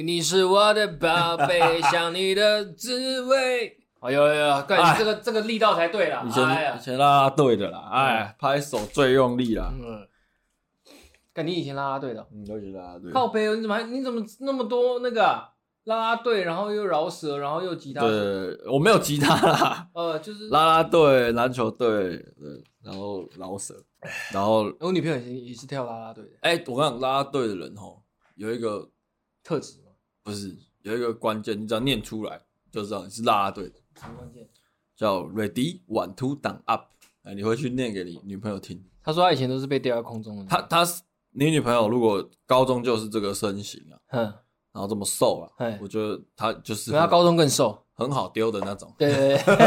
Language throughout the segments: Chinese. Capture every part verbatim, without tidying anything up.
你是我的宝贝，想你的滋味。哦，有有有，干这个这个力道才对啦。 以前、 哎、 以前啦啦队的啦，哎，拍手最用力啦。 嗯，干你以前啦啦队的、哦？ 嗯，都是啦啦队。 靠北，你怎么还你怎么那么多那个、啊、啦啦队，然后又饶舌，然后又吉他？ 对，我没有吉他啦。 呃，就是啦啦队、篮球队，对，然后饶舌，然后我女朋友也是也是跳啦啦队的。 哎、欸，我跟你讲，啦啦队的人吼有一个特质吗？ 不是，有一个关键，你只要念出来就知道你是啦啦队的。 什么关键？ 叫 Ready One Two Down Up， 哎，你回去念给你女朋友听。 他说他以前都是被吊在空中的。 他他你女朋友如果高中就是这个身形啊， 嗯， 然后这么瘦啊，我觉得他就是他高中更瘦， 很好丢的那种。 对对对。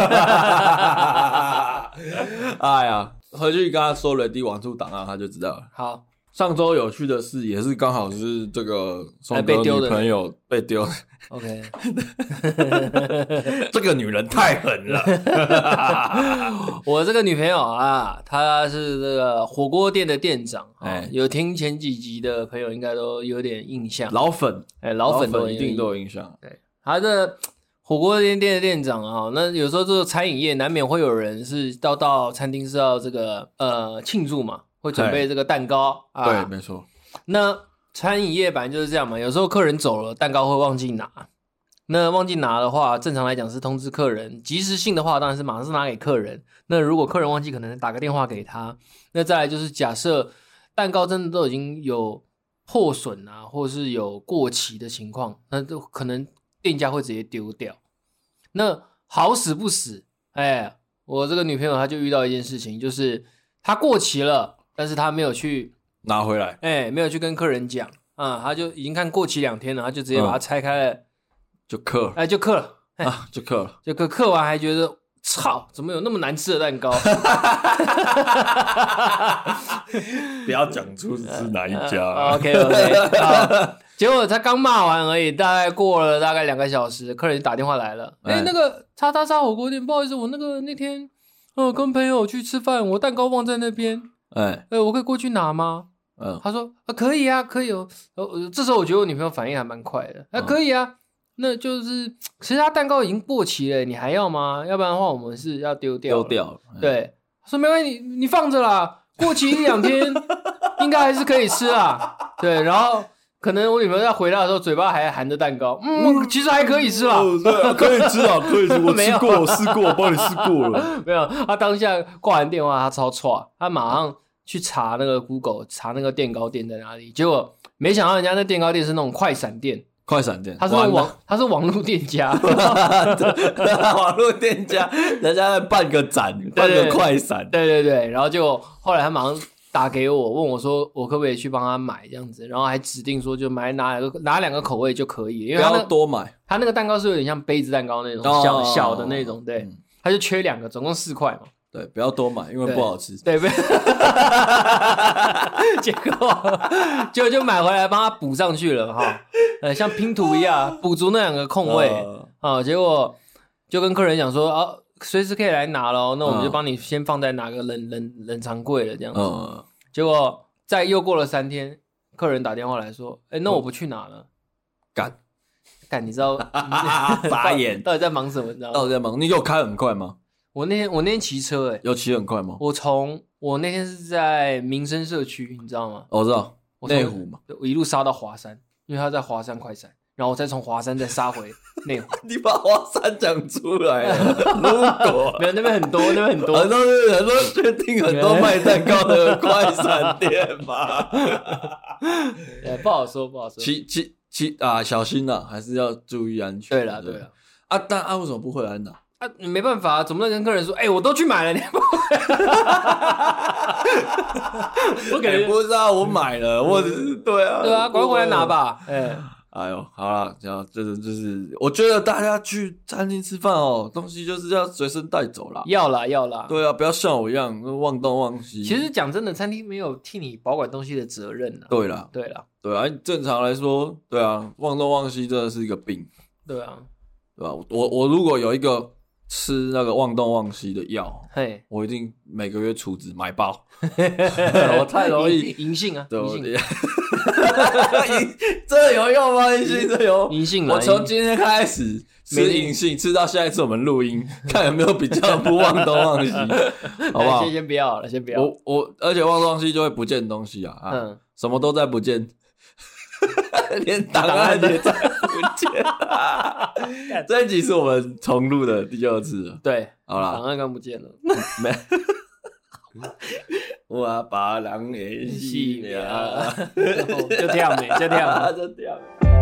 哎呀，回去跟他说 Ready One Two Down Up， 他就知道了。 好。 上周有趣的事也是刚好是这个松哥女朋友被丢的。 OK， 这个女人太狠了。 我这个女朋友啊，她是这个火锅店的店长，哎、哦，有听前几集的朋友应该都有点印象。 老粉， 哎，老粉都一定都有印象。 对，她的火锅店店的店长啊，那有时候这个餐饮业难免会有人是到到餐厅是要这个呃庆祝嘛。会准备这个蛋糕啊， 对，没错。 那餐饮业本来就是这样嘛，有时候客人走了，蛋糕会忘记拿。那忘记拿的话，正常来讲是通知客人，及时性的话当然是马上拿给客人。那如果客人忘记，可能打个电话给他。那再来就是假设蛋糕真的都已经有破损啊，或是有过期的情况，那就可能店家会直接丢掉。那好死不死，哎，我这个女朋友她就遇到一件事情，就是她过期了。但是他没有去拿回来， 哎、欸，没有去跟客人讲啊、嗯，他就已经看过期两天了，他就直接把它拆开了，嗯、 就刻了， 哎，就刻了， 啊，就刻了， 就刻刻完还觉得，操，怎么有那么难吃的蛋糕？ 不要讲出是哪一家、 啊。OK OK， 好，结果他刚骂完而已，大概过了大概两个小时，客人打电话来了，哎、欸，那个叉叉叉火锅店，不好意思，我那个那天。哦，跟朋友去吃饭，我蛋糕忘在那边。哎、欸欸，我可以过去拿吗？嗯，他说啊，可以啊，可以哦。呃，这时候我觉得我女朋友反应还蛮快的。啊，可以啊，那就是其实他蛋糕已经过期了，你还要吗？要不然的话，我们是要丢掉。 丢掉了。 对，他说没关系，你放着啦，过期一两天应该还是可以吃啦。对，然后。可能我女朋友在回答的时候，嘴巴还含着蛋糕，嗯，其实还可以吃啦， 哦、对、啊，可以吃啊，可以吃，我吃过，我试过，我帮你试过了。 没有，他当下挂完电话，他超挫，他马上去查那个 Google， 查那个电糕店在哪里，结果没想到人家那电糕店是那种快闪店， 快闪店， 他是网，他是网络店家， 网络店家，人家在办个展，办个快闪， 对对对，然后就后来他马上。打给我问我说我可不可以去帮他买这样子，然后还指定说就买哪两个哪两个口味就可以，因为他、那個、 不要多买， 他那个蛋糕是有点像杯子蛋糕那种、哦、小小的那种，对，嗯、他就缺两个，总共四块嘛。 对，不要多买，因为不好吃。 对，对结果就就买回来帮他补上去了哈，呃，像拼图一样补足那两个空位啊、呃。结果就跟客人讲说啊。随时可以来拿咯，那我们就帮你先放在哪个冷冷冷藏柜了这样子。嗯、结果再又过了三天，客人打电话来说：“哎、欸，那我不去拿了。” 干干，你知道？ 傻眼， 到底在忙什么？你知道吗？ 到底在忙？你有开很快吗？ 我那天我那天骑车、欸，哎， 有骑很快吗？ 我从我那天是在民生社区，你知道吗？ 我知道，内湖嘛， 我一路杀到华山，因为他在华山快闪。然后我再从华山再杀回内湖。 你把华山讲出来了，如果没有那边很多，那边很多， 很多很多确定很多卖蛋糕的快闪店吧。 不好说，不好说。 骑骑骑啊，小心啦，还是要注意安全。 对啦，对啦。 啊，但啊，为什么不回来拿？ 啊，没办法，总不能跟客人说，哎、欸，我都去买了，你不回来？ 不可能，不知道我买了，我只是对啊， 对啊，赶快回来拿吧。哎、欸， 哎呦，好啦，这样就是就是，我觉得大家去餐厅吃饭哦，东西就是要随身带走啦。 要啦，要啦。 对啊，不要像我一样忘东忘西。 其实讲真的，餐厅没有替你保管东西的责任啦。 对啦， 对啦， 对啊，正常来说，对啊，忘东忘西真的是一个病。 对啊， 对吧？我我如果有一个吃那个忘东忘西的药， 嘿， 我一定每个月储值买爆，我太容易银杏啊， 对， 银杏， 这有用吗？银杏这有银杏啊， 我从今天开始吃银杏，吃到下一次我们录音，看有没有比较不忘东忘西，好不好？ 先先不要了，先不要。 我我而且忘东忘西就会不见东西啊，啊嗯，什么都在不见。连档案也在不见、啊，这一集是我们重录的第二次了。 对， 好啦， 档案刚不见了。 没，我把人联系了， 就这样没，就这样， 就这样。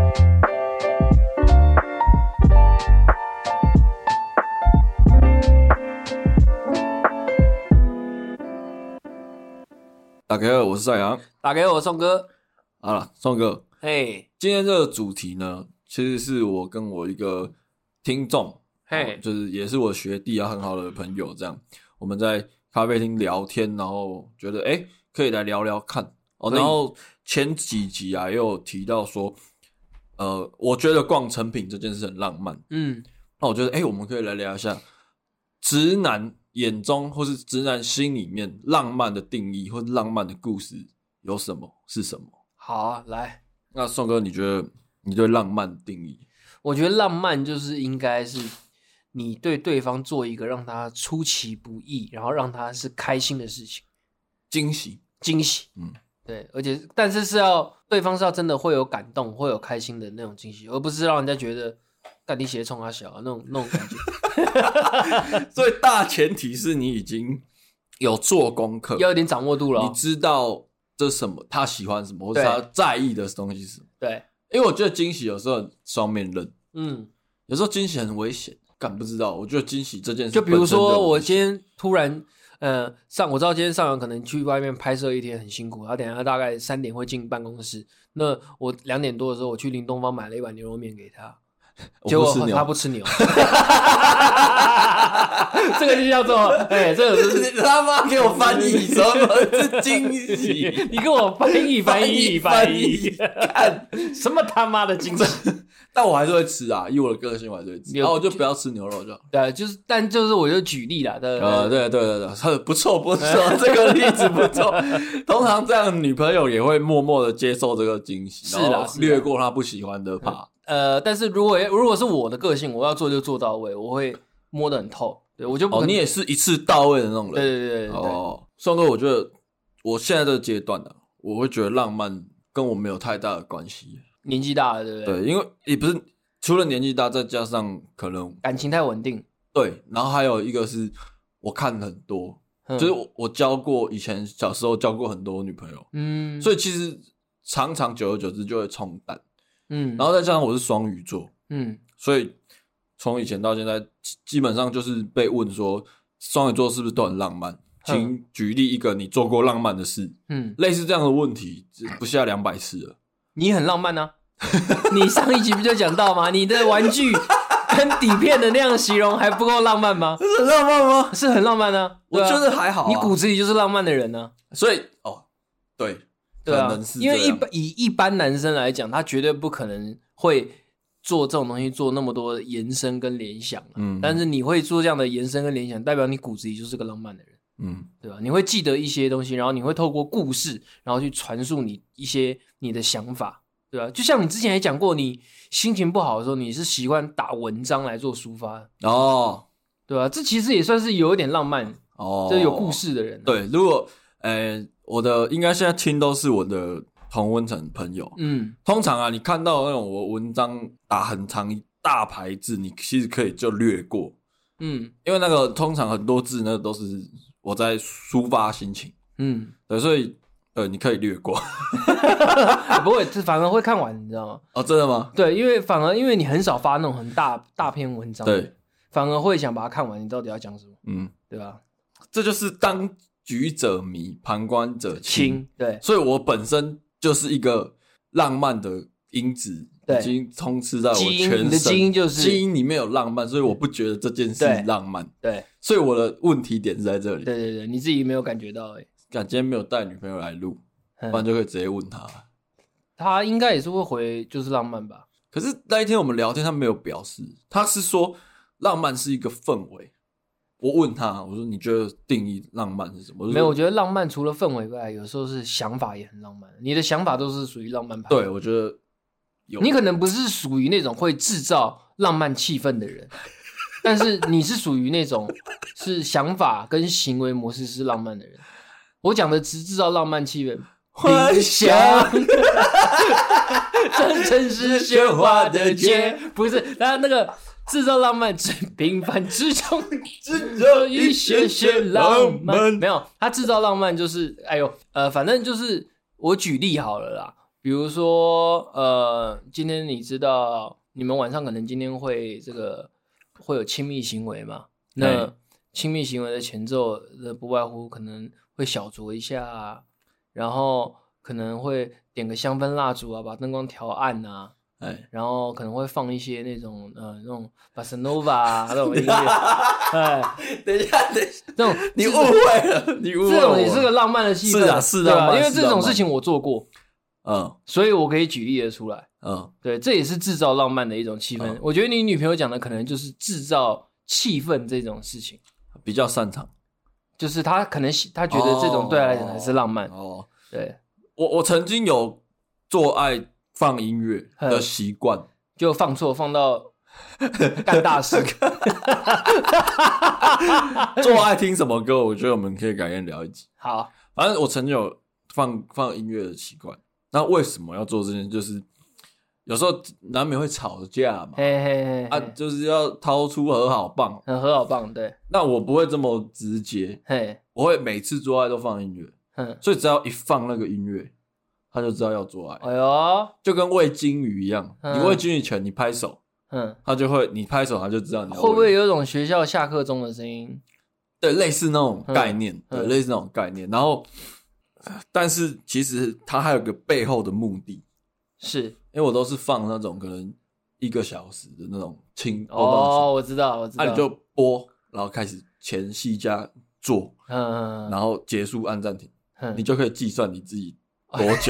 大家好，我是赛阳。 打给我宋哥。 好了，宋哥。 嘿、hey ， 今天这个主题呢，其实是我跟我一个听众，嘿、 hey 哦，就是也是我学弟啊，很好的朋友，这样我们在咖啡厅聊天，然后觉得诶可以来聊聊看哦。然后前几集啊，也有提到说，呃，我觉得逛成品这件事很浪漫，嗯，那我觉得诶我们可以来聊一下直男眼中或是直男心里面浪漫的定义，或是浪漫的故事有什么？是什么？ 好啊，来。 那宋哥，你觉得你对浪漫的定义？ 我觉得浪漫就是应该是你对对方做一个让他出其不意，然后让他是开心的事情， 惊喜， 惊喜，嗯，对，而且但是是要对方是要真的会有感动，会有开心的那种惊喜，而不是让人家觉得干你鞋冲他小、啊、那种那种感觉。所以大前提是你已经有做功课， 要有点掌握度了、哦， 你知道。这是什么？他喜欢什么，或者他在意的东西是什么？ 对， 因为我觉得惊喜有时候很双面刃， 嗯， 有时候惊喜很危险，敢不知道。我觉得惊喜这件事， 就比如说我今天突然，呃，上我知道今天上完可能去外面拍摄一天很辛苦，他等一下大概三点会进办公室，那我两点多的时候我去林东方买了一碗牛肉面给他。结果他不吃牛，这个就叫做哎，这个是他妈给我翻译，什么是惊喜？ 你给我翻译翻译翻译，看什么他妈的惊喜？ 但我还是会吃啊，以我的个性，我还是会吃。然后我就不要吃牛肉就好。 对，就是但就是我就举例啦，对呃，对对对对，不错不错，这个例子不错。通常这样，女朋友也会默默的接受这个惊喜， 是啦， 略过她不喜欢的怕。 呃，但是如果如果是我的个性，我要做就做到位，我会摸得很透。对，我就不哦，你也是一次到位的那种人。 对对对对对。 哦，宋哥，我觉得我现在这个阶段呢、啊，我会觉得浪漫跟我没有太大的关系。 年纪大了，对不对？ 对，因为也不是除了年纪大，再加上可能感情太稳定。 对，然后还有一个是我看很多，嗯、就是我我交过以前小时候交过很多女朋友，嗯，所以其实常常久而久之就会冲淡。嗯，然后再加上我是双鱼座，嗯，所以从以前到现在，基本上就是被问说双鱼座是不是都很浪漫？请举例一个你做过浪漫的事，嗯，类似这样的问题不下两百次了。 你很浪漫啊，你上一集不就讲到吗？你的玩具跟底片的那样形容还不够浪漫吗？ 是很浪漫吗？ 是很浪漫啊，啊我觉得还好、啊， 你骨子里就是浪漫的人呢、 啊。所以哦，对。 对啊，因为一般以一般男生来讲，他绝对不可能会做这种东西，做那么多的延伸跟联想、啊、嗯，但是你会做这样的延伸跟联想，代表你骨子里就是个浪漫的人，嗯，对吧？你会记得一些东西，然后你会透过故事，然后去传述你一些你的想法，对吧？就像你之前也讲过，你心情不好的时候，你是习惯打文章来做抒发哦，对吧？这其实也算是有一点浪漫哦，就是有故事的人、啊。 对，如果呃。我的应该现在听都是我的同温层朋友，嗯，通常啊，你看到那种我文章打很长一大排字，你其实可以就略过，嗯，因为那个通常很多字那都是我在抒发心情，嗯，对，所以呃你可以略过， 不会，反而会看完，你知道吗？ 哦，真的吗？ 对，因为反而因为你很少发那种很大大篇文章， 对， 反而会想把它看完，你到底要讲什么，嗯，对吧？ 这就是当局者迷，旁观者清。 对， 所以我本身就是一个浪漫的因子，已经充斥在我全身。 你的基因就是基因里面有浪漫，所以我不觉得这件事浪漫。 对， 所以我的问题点是在这里。 对对对，你自己没有感觉到哎、欸。 感今天没有带女朋友来录，不然就可以直接问他。 他应该也是会回，就是浪漫吧。 可是那一天我们聊天，他没有表示，他是说浪漫是一个氛围。我问他，我说你觉得定义浪漫是什么？ 没有，我觉得浪漫除了氛围外，有时候是想法也很浪漫。你的想法都是属于浪漫派。 对，我觉得有。 你可能不是属于那种会制造浪漫气氛的人，但是你是属于那种是想法跟行为模式是浪漫的人。我讲的只制造浪漫气氛， 幻想， 这城市喧哗的街，不是，然后那个。制造浪漫之平凡之中，制造一些些浪漫。没有，他制造浪漫就是，哎呦，呃，反正就是我举例好了啦。比如说，呃，今天你知道，你们晚上可能今天会这个会有亲密行为嘛？那亲密行为的前奏，不外乎可能会小酌一下，然后可能会点个香氛蜡烛啊，把灯光调暗啊。哎，然后可能会放一些那种呃那种巴塞诺瓦那种音乐，哎， 等一下，等一下， 这种你误会了，你误会了， 这种也是个浪漫的气氛， 是啊，是啊， 因为这种事情我做过， 嗯， 所以我可以举例得出来， 嗯， 对，这也是制造浪漫的一种气氛。嗯、我觉得你女朋友讲的可能就是制造气氛这种事情， 比较擅长， 就是她可能她觉得这种对她来讲才是浪漫。 哦， 对， 我我曾经有做爱。放音乐的习惯， 就放错，放到干大事。 做爱听什么歌？我觉得我们可以改天聊一集。 好， 反正我曾经有放放音乐的习惯。那为什么要做这件？就是有时候难免会吵架嘛， 嘿嘿嘿啊，就是要掏出和好棒， 很和好棒，对。 那我不会这么直接， 嘿， 我会每次做爱都放音乐，嗯，所以只要一放那个音乐。他就知道要做爱， 哎呦， 就跟喂金鱼一样，嗯、你喂金鱼前你拍手，嗯，他就会，你拍手他就知道你要喂。 会不会有一种学校下课钟的声音？ 对，类似那种概念， 嗯、 对，类似那种概念。然后，但是其实它还有个背后的目的， 是因为我都是放那种可能一个小时的那种轻播放器。哦，我知道，我知道。 那、啊、你就播，然后开始前戏加做， 嗯， 然后结束按暂停， 嗯、 你就可以计算你自己。多久？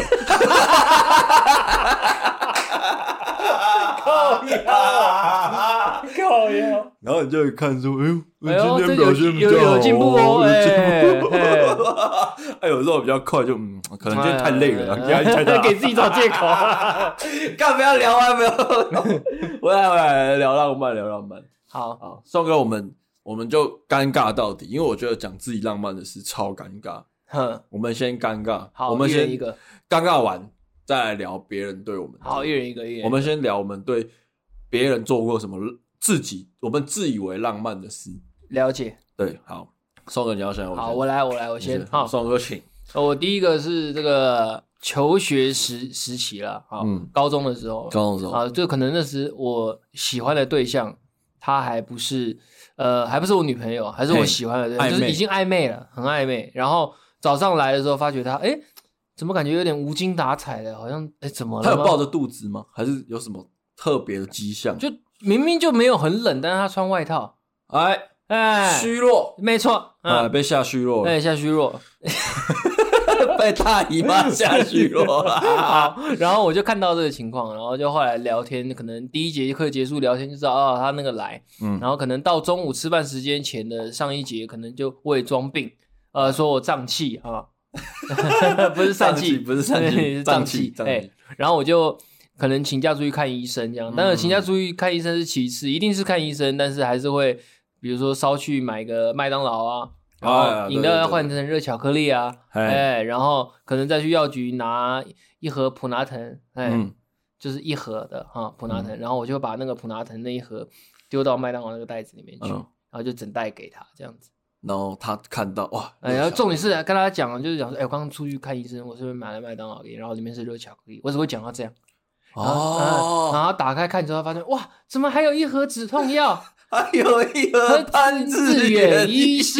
靠腰，靠腰。 然后你就会看出，哎呦，我今天表现比较好， 有有进步哦， 有进步。哎，有时候比较快，就嗯，可能今天太累了，压力太大， 给自己找借口。 干不要聊啊，不要。回来回来，聊浪漫，聊浪漫。 好， 好，宋哥，我们我们就尴尬到底，因为我觉得讲自己浪漫的事超尴尬。 哼， 我们先尴尬， 好， 我们先一个尴尬完，再来聊别人对我们。 好，一人一个，一人一个。 我们先聊我们对别人做过什么，自己我们自以为浪漫的事。 了解。 对，好，宋哥你要先，我先好，我来，我来，我先。好， 宋哥请。 我第一个是这个求学时时期啦，啊，嗯，高中的时候， 高中的时候啊，就可能那时我喜欢的对象，他还不是，呃，还不是我女朋友，还是我喜欢的对象，就是已经暧昧了，很暧昧，然后。早上来的时候，发觉他，哎，怎么感觉有点无精打采的，好像，哎，怎么了？ 他有抱着肚子吗？还是有什么特别的迹象？ 就明明就没有很冷，但是他穿外套， 哎哎， 虚弱， 没错， 嗯、哎，被吓虚弱了， 被吓虚弱， 被大姨妈吓虚弱了。 好，然后我就看到这个情况，然后就后来聊天，可能第一节课结束聊天就知道，哦，他那个来，嗯，然后可能到中午吃饭时间前的上一节，可能就伪装病。呃，说我胀气啊，不是疝气， 不是疝气， 是胀气。哎，然后我就可能请假出去看医生，这样。当然，请假出去看医生是其次，一定是看医生，但是还是会，比如说稍去买个麦当劳啊，然后饮料要换成热巧克力啊，哎，然后可能再去药局拿一盒普拿疼，哎，就是一盒的哈普拿疼，然后我就把那个普拿疼那一盒丢到麦当劳那个袋子里面去，然后就整袋给他这样子。 然后他看到哇， 哎，然后重点是跟他讲，就是讲说，哎，我刚刚出去看医生，我是不是买了麦当劳给你，然后里面是热巧克力，我只会讲到这样。哦，然后打开看之后，发现哇，怎么还有一盒止痛药， 还有一盒潘志远医师，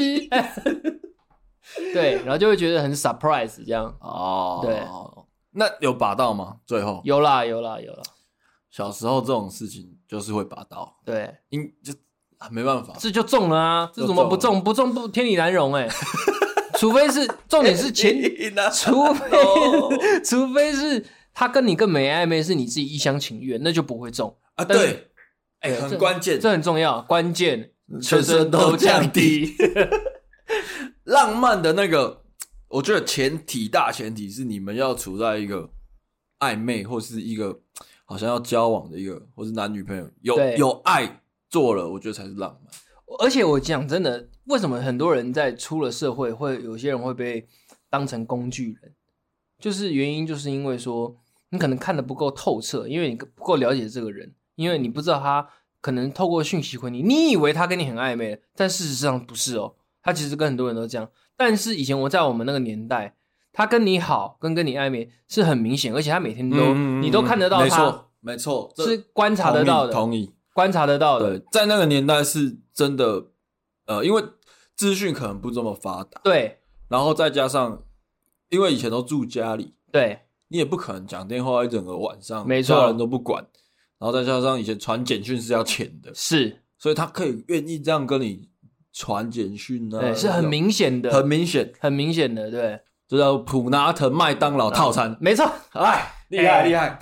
对，然后就会觉得很 surprise 这样。 哦， 对， 那有把到吗？最后有啦，有啦，有啦。 小时候这种事情就是会把到， 对， 因就。啊、没办法， 这就中了啊！这怎么不中？不中不天理难容哎、欸！除非是重点是前，除非除非是他跟你更没暧昧，是你自己一厢情愿，那就不会中啊。对哎、欸，很关键， 这很重要，关键全身都降低。浪漫的那个，我觉得前提大前提是你们要处在一个暧昧或是一个好像要交往的一个，或是男女朋友有有爱做了，我觉得才是浪漫。 而且我讲真的，为什么很多人在出了社会会有些人会被当成工具人，就是原因就是因为说你可能看得不够透彻，因为你不够了解这个人，因为你不知道他可能透过讯息回你，你以为他跟你很暧昧，但事实上不是哦，他其实跟很多人都这样。但是以前我在我们那个年代，他跟你好跟跟你暧昧是很明显，而且他每天都、嗯、你都看得到他， 没错没错， 是观察得到的， 同意，同意观察得到的。 对，在那个年代是真的，呃，因为资讯可能不这么发达， 对， 然后再加上因为以前都住家里， 对， 你也不可能讲电话一整个晚上， 没错， 家人都不管，然后再加上以前传简讯是要钱的， 是， 所以他可以愿意这样跟你传简讯啊， 对，是很明显的， 很明显， 很明显的，对， 就叫普拿疼麦当劳套餐， 没错， 哎，厉害厉害，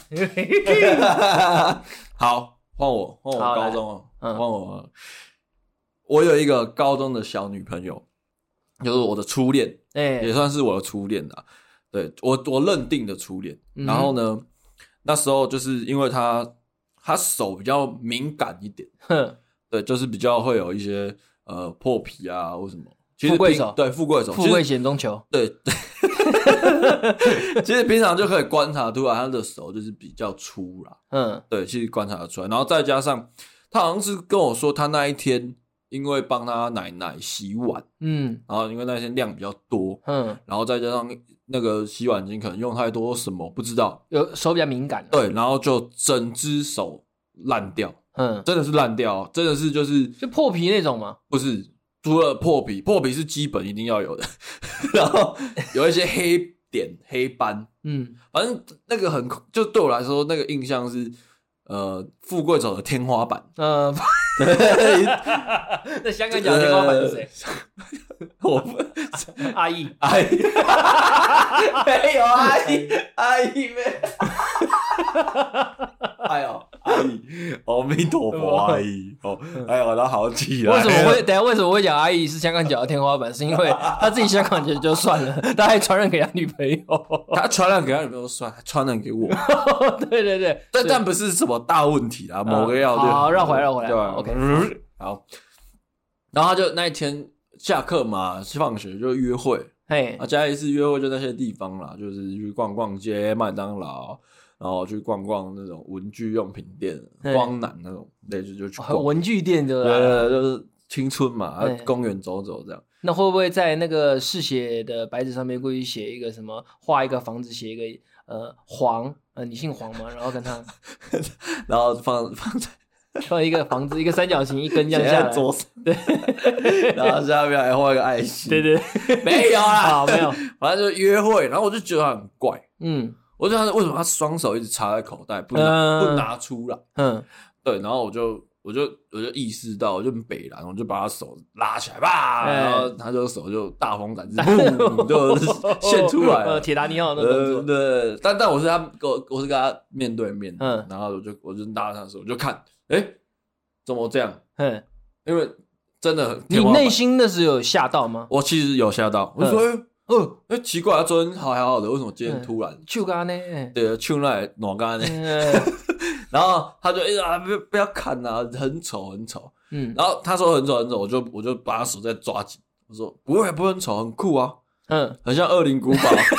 好，换我，换我高中哦，换我，我有一个高中的小女朋友，就是我的初恋，欸、也算是我的初恋啦。对，我我认定的初恋。嗯、然后呢，那时候就是因为她她手比较敏感一点，对，就是比较会有一些呃破皮啊或什么。其实富贵手， 对，富贵手， 富贵险中求。 对对，其实平常就可以观察出来，她的手就是比较粗啦。嗯，对，其实观察得出来。然后再加上她好像是跟我说，她那一天。因为帮他奶奶洗碗，嗯，然后因为那天量比较多，嗯，然后再加上那个洗碗巾可能用太多什么不知道， 有手比较敏感， 对，然后就整只手烂掉，嗯，真的是烂掉，真的是就是就破皮那种吗？ 不是，除了破皮，破皮是基本一定要有的，然后有一些黑点、黑斑，嗯，反正那个很，就对我来说那个印象是。呃，富贵手的天花板。呃， 那香港脚的天花板是谁？ 我不阿姨， 阿姨，没有阿姨，阿姨没。哎呦，阿姨，阿弥陀佛，阿姨，哦，哎呦，他好气了。 为什么会？等一下为什么会讲阿姨是香港脚的天花板？是因为他自己香港脚就算了，他还传染给他女朋友。 他传染给他女朋友算，还传染给我。 对对对， 但但不是什么大问题啦，某个药对。 好，绕回来，绕回来。 对 ，OK， 好。然后他就那一天下课嘛，放学就约会。嘿，啊，加一次约会就那些地方啦，就是去逛逛街、麦当劳。然后去逛逛那种文具用品店，光南那种，对，就就去逛文具店，对不对？对，就是青春嘛，公园走走这样。 那会不会在那个试写的白纸上面故意写一个什么，画一个房子，写一个呃黄，呃你姓黄吗？然后跟他， 然后放放在放一个房子，一个三角形，一根这样下来， 桌上，对，然后下面还画一个爱心， 对对， 没有啦， 好没有， 反正就约会，然后我就觉得他很怪，嗯。我就想为什么他双手一直插在口袋不拿、嗯、不拿出来？嗯，对，然后我就我就我就意识到，我就北蓝，我就把他手拉起来吧，然后他就手就大风展翅，砰就现出来了， 铁达尼号那动作。 呃、对，但但我是他，我我是跟他面对面，嗯，然后我就我就拉他的手，我就看，哎，怎么这样？嗯，因为真的， 你内心那时有吓到吗？ 我其实有吓到，我就说。嗯哦，哎，奇怪，他昨天好还好的，为什么今天突然？ 手干呢？ 对，手来暖干呢。然后他就哎呀，不不要看啊，很丑很丑。嗯，然后他说很丑很丑，我就我就把他手再抓紧，我说不会不会很丑，很酷啊，嗯，很像恶灵古堡。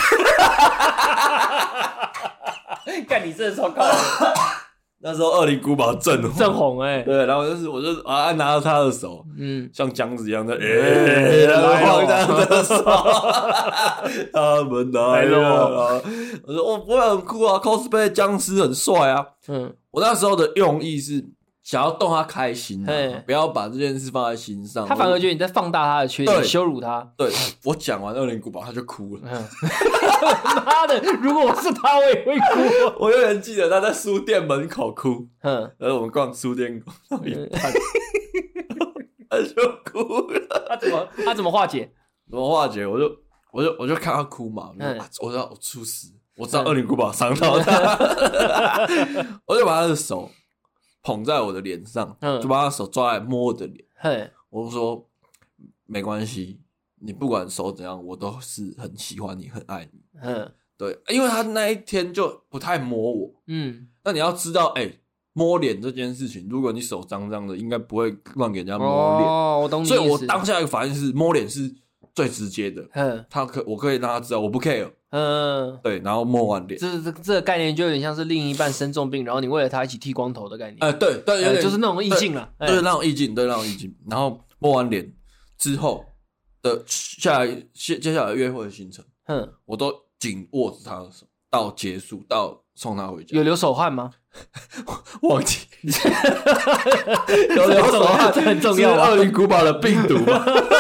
看你这超高。 那时候恶灵古堡正红， 正红哎、欸， 对，然后就是我就啊拿着他的手，嗯，像姜子一样的，哎、欸，然后放他的手，他们来了，我说我不会很酷啊 ，cosplay 僵尸很帅啊，嗯，我那时候的用意是想要逗他开心、啊，不要把这件事放在心上， 他反而觉得你在放大他的缺点，羞辱他。 对，我讲完恶灵古堡他就哭了， 妈的，如果我是他，我也会哭。 我永远记得他在书店门口哭，嗯，然后我们逛书店逛到一半，他就哭了。 他怎么他怎么化解？ 怎么化解？我就我就我就看他哭嘛，我就、嗯、我知道我出事，我知道恶灵古堡伤到他，我就把他的手捧在我的脸上，嗯、就把他手抓来摸我的脸。嘿，我就说没关系，你不管手怎样，我都是很喜欢你，很爱你。嗯，对，因为他那一天就不太摸我。嗯，那你要知道，哎、欸。摸脸这件事情，如果你手脏脏的，应该不会乱给人家摸脸。 哦，我懂你意思。 所以我当下一个反应是，摸脸是最直接的。嗯，他可我可以让他知道我不 care。嗯，对，然后摸完脸， 这这这个概念就有点像是另一半生重病，然后你为了他一起剃光头的概念。 哎、呃，对对，有点、 呃、就是那种意境啦， 对，对那种意境，对那种意境。然后摸完脸之后的下来，接接下来约会的行程，嗯，我都紧握着他的手，到结束到送他回家。 有流手汗吗？ 忘记有流手汗， 这很重要。 是恶灵古堡的病毒吗？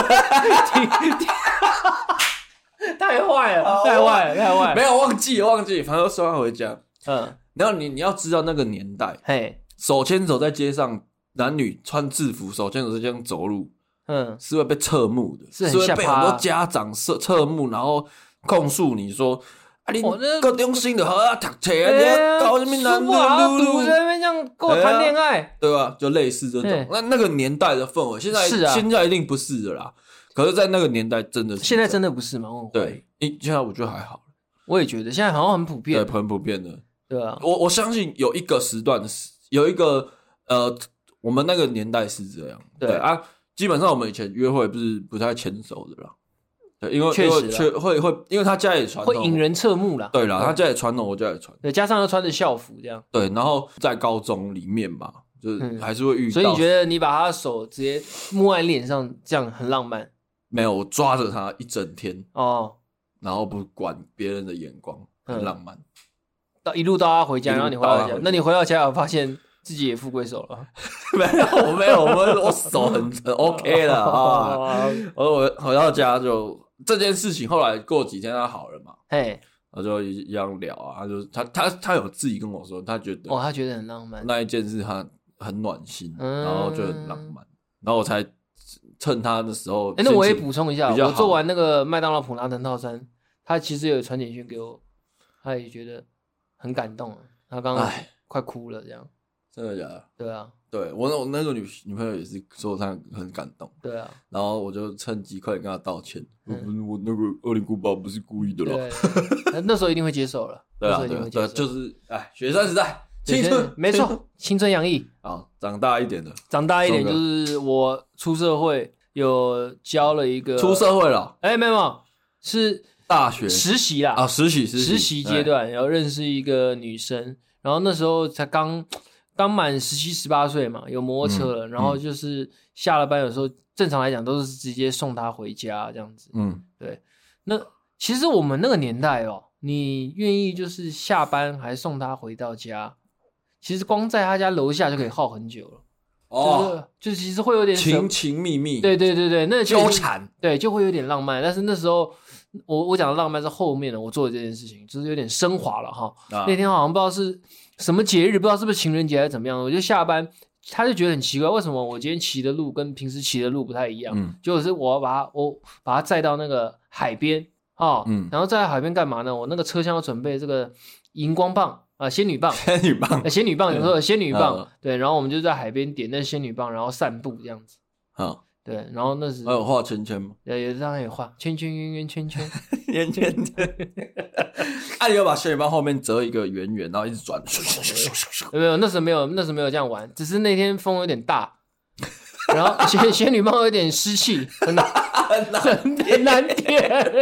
太坏了，太坏了，太坏了！ 没有忘记，忘记，反正送他回家。嗯，然后你你要知道那个年代，嘿，手牵手在街上，男女穿制服，手牵手在街上走路，嗯，是会被侧目的， 是会被很多家长侧侧目，然后控诉你说。啊！你高中生就好啊，读册啊，你要搞什么男的露露在那边这样跟我谈恋爱， 对吧？就类似这种。那那个年代的氛围，现在是啊， 现在一定不是的啦。可是，在那个年代真的是， 现在真的不是吗？ 对，现在我觉得还好。 我也觉得现在好像很普遍， 对，很普遍的。 对啊， 我我相信有一个时段，有一个呃，我们那个年代是这样。对啊，基本上我们以前约会不是不太牵手的啦。对，因为确实确会会，因为他家里传统会引人侧目啦。 对啦，他家里传统，我家里传统。 对，加上又穿着校服这样。 对，然后在高中里面吧，就是还是会遇到。 所以你觉得你把他的手直接摸在脸上，这样很浪漫？ 没有，我抓着他一整天哦，然后不管别人的眼光，很浪漫。 到一路到他回家，然后你回到家，那你回到家，我发现自己也富贵手了。 没有，没有，我我手很很 OK 了啊。我回到家就。这件事情后来过几天他好了嘛，嘿，我就一样聊啊，他就他他他有自己跟我说，他觉得哦，他觉得很浪漫， 那一件事他很暖心，嗯、然后就很浪漫，然后我才趁他的时候， 哎、欸，那我也补充一下，我做完那个麦当劳普拉腾套餐，他其实有传简讯给我，他也觉得很感动，他刚刚快哭了，这样， 真的假的？ 对啊。 对我，我那个女女朋友也是说她很感动， 对啊， 然后我就趁机快点跟她道歉，嗯、我那个恶灵古堡不是故意的啦， 那时候一定会接受了， 对啊，对啊，对，就是哎，学生时代，青春， 没错，青春洋溢啊，长大一点的， 长大一点就是我出社会有交了一个， 出社会了， 哎，没有没有，是大学实习啦， 啊，实习实习实习阶段，然后认识一个女生，然后那时候才刚。刚满十七十八岁嘛，有摩托车了，嗯、然后就是下了班，有时候正常来讲都是直接送他回家这样子。嗯，对。那其实我们那个年代哦，你愿意就是下班还送他回到家，其实光在他家楼下就可以耗很久了。哦，就是、就其实会有点情情密密。 对对对对，那纠缠， 对，就会有点浪漫。但是那时候我我讲的浪漫是后面的，我做的这件事情就是有点升华了哈。啊、那天好像不知道是。什么节日不知道是不是情人节还是怎么样，我就下班，他就觉得很奇怪，为什么我今天骑的路跟平时骑的路不太一样？嗯，就是我要把他我把他载到那个海边啊，嗯，然后在海边干嘛呢？我那个车厢要准备这个荧光棒啊、呃，仙女棒， 仙女棒， 呃、仙女棒，有时候有仙女棒，嗯、对，然后我们就在海边点那仙女棒，然后散步这样子，啊。对，然后那时还有画圈圈吗？ 有，有当然有画圈圈、圆圆、圈圈、 圆圈圈。啊，你要把仙女棒后面折一个圆圆，然后一直转。 没有，那时候没有，那时候没有这样玩，只是那天风有点大，然后仙仙女棒有点湿气，很难很很难点。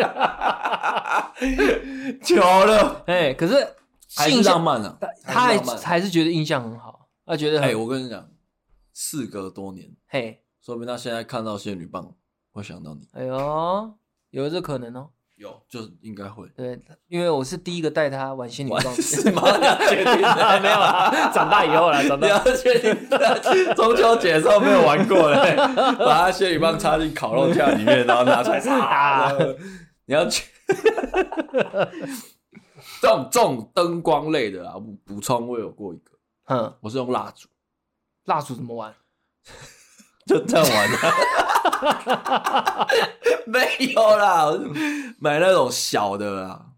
巧了， 哎，可是还是浪漫啊， 他还还是觉得印象很好，他觉得哎，我跟你讲，事隔多年， 嘿。 说明他现在看到仙女棒会想到你。 哎呦，有这可能哦。 有，就是应该会。 对，因为我是第一个带他玩仙女棒。 是吗？你要确定的？ 没有啦，长大以后啦，长大。 你要确定的？中秋节的时候没有玩过嘞，把他仙女棒插进烤肉架里面，然后拿出来撒。你要去。这种这种灯光类的啊，补充我有过一个。嗯，我是用蜡烛。 蜡烛怎么玩？ 就这样玩的。没有啦，买那种小的啦，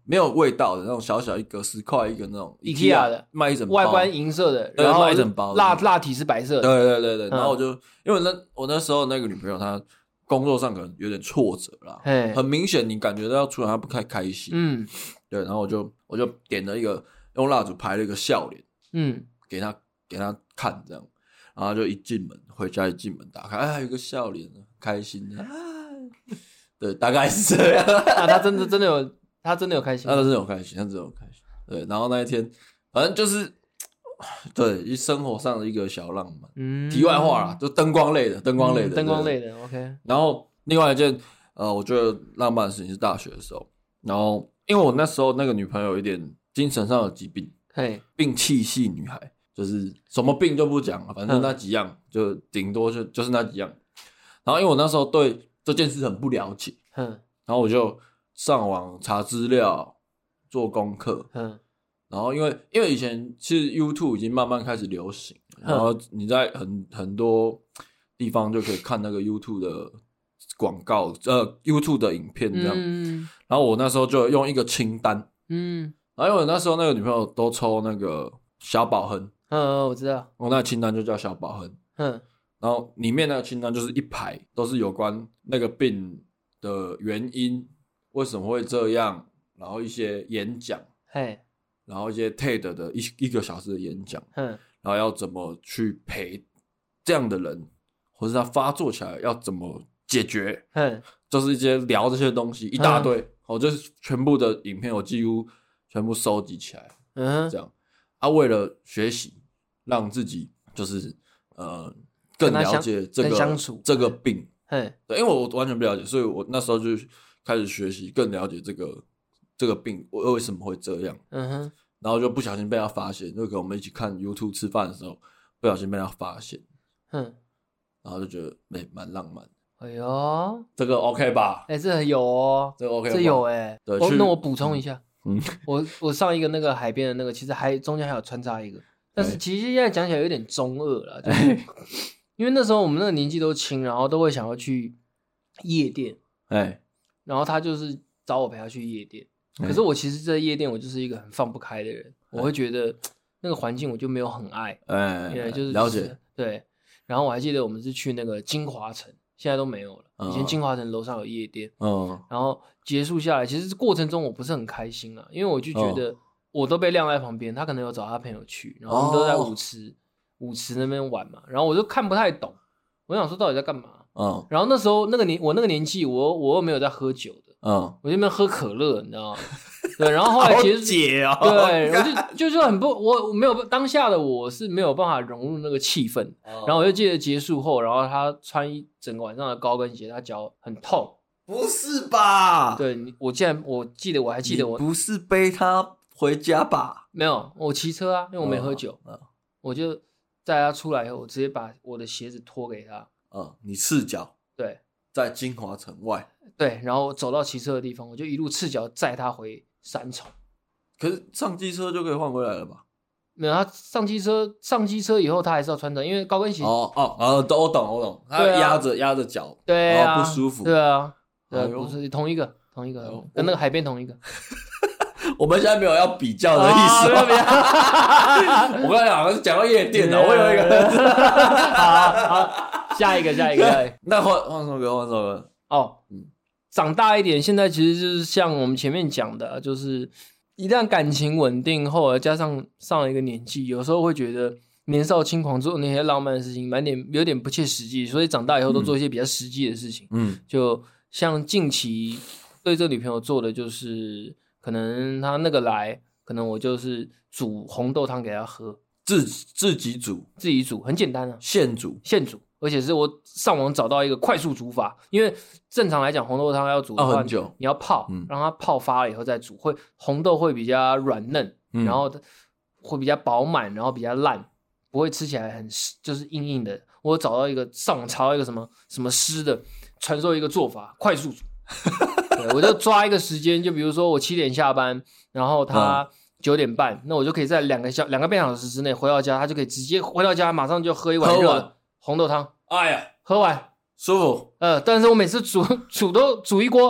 没有味道的那种小小一个十块一个那种 IKEA 的卖一整包， 外观银色的，然后卖一整包蜡蜡体是白色的。 对对对对，嗯、然后我就因为那我那时候那个女朋友她工作上可能有点挫折啦，很明显你感觉到出来她不太开心。嗯，对，然后我就我就点了一个用蜡烛拍了一个笑脸，嗯，给她给她看这样，然后就一进门回家一进门打开，哎，有个笑脸，开心的。对，大概是这样。 啊，他真的真的有，他真的有开心， 他真的有开心，他真的有开心。对，然后那一天，反正就是，对，一生活上的一个小浪漫。嗯，题外话啦，就灯光类的，灯光类的， 灯、嗯、光类的 ，OK。 然后另外一件，呃，我觉得浪漫的事情是大学的时候，然后因为我那时候那个女朋友有一点精神上的疾病，嘿，病气系女孩，就是什么病就不讲了，反正那几样，嗯、就顶多就就是那几样。然后因为我那时候对这件事很不了解，嗯，然后我就上网查资料，做功课，嗯，然后因为因为以前其实 YouTube 已经慢慢开始流行，然后你在很很多地方就可以看那个 YouTube 的广告，呃 YouTube 的影片这样，嗯，然后我那时候就用一个清单，嗯，然后因为我那时候那个女朋友都抽那个小宝亨， 嗯，我知道， 我那个清单就叫小宝亨，嗯。然后里面那个清单就是一排都是有关那个病的原因，为什么会这样，然后一些演讲，嘿，然后一些 T E D 的一一个小时的演讲，嗯，然后要怎么去陪这样的人，或是他发作起来要怎么解决，嗯，就是一些聊这些东西一大堆，我、嗯、就是全部的影片我几乎全部收集起来，嗯，这样啊，为了学习，让自己就是呃。更了解这个这个病，对，因为我完全不了解，所以我那时候就开始学习，更了解这个这个病我为什么会这样。嗯哼，然后就不小心被他发现，就跟我们一起看 YouTube 吃饭的时候，不小心被他发现，嗯，然后就觉得蛮蛮浪漫。 哎呦， 这个 OK 吧？ 哎、欸，这有哦， 这个 OK 吧？ 这有哎、欸。 对， 哦，那我补充一下，嗯，我我上一个那个海边的那个，其实还中间还有穿插一个，但是其实现在讲起来有点中二了，就是。因为那时候我们那个年纪都轻，然后都会想要去夜店，哎，然后他就是找我陪他去夜店。可是我其实在夜店，我就是一个很放不开的人，我会觉得那个环境我就没有很爱，哎，因为就是了解对。然后我还记得我们是去那个金华城，现在都没有了。以前金华城楼上有夜店，嗯，然后结束下来，其实过程中我不是很开心啊，因为我就觉得我都被晾在旁边，他可能有找他朋友去，然后我们都在舞池。舞池那边玩嘛，然后我就看不太懂，我想说到底在干嘛。嗯，然后那时候那个年我那个年纪，我我又没有在喝酒的，嗯，我就那边喝可乐，你知道吗？对，然后后来结束， 解哦， 对，我就就是很不，我没有当下的我是没有办法融入那个气氛。哦、然后我就记得结束后，然后他穿一整个晚上的高跟鞋，他脚很痛。 不是吧？ 对，我竟然我记得我还记得我不是背他回家吧？ 没有，我骑车啊，因为我没喝酒，哦、我就。在他出来以后，我直接把我的鞋子脱给他。 嗯，你赤脚对， 在金华城外对，然后走到骑车的地方，我就一路赤脚载他回三重。 可是上机车就可以换回来了吧？ 没有，他上机车上机车以后，他还是要穿着，因为高跟鞋。 哦哦哦，都我懂我懂，他压着压着脚， 对啊， 然后不舒服。 对啊，对啊，不是同一个同一个，跟那个海边同一个。 我们现在没有要比较的意思、哦，我刚才好像讲到夜店了，我有一个， 好好，下一個下一個， 那換換首歌，換首歌哦，嗯，長大一點，現在其實就是像我們前面講的，就是一旦感情穩定後，加上上了一個年紀，有時候會覺得年少輕狂做那些浪漫的事情，蠻點有點不切實際，所以長大以後都做一些比較實際的事情，嗯，就像近期對這個女朋友做的就是。可能他那個來，可能我就是煮紅豆湯給他喝， 自自己煮， 自己煮，很簡單啊， 現煮， 現煮，而且是我上網找到一個快速煮法，因為正常來講紅豆湯要煮的話， 啊、很久， 你要泡，嗯、讓它泡發了以後再煮，會紅豆會比較軟嫩，嗯、然後會比較飽滿，然後比較爛，不會吃起來很就是硬硬的。我找到一個上網查到一個什麼什麼師的傳授一個做法，快速煮。對，我就抓一個時間，就比如說我七點下班，然後他九點半，嗯、那我就可以在兩個小兩個半小時之內回到家，他就可以直接回到家，馬上就喝一碗熱的紅豆湯。 哎呀， 喝完舒服。 呃，但是我每次煮煮都煮一鍋，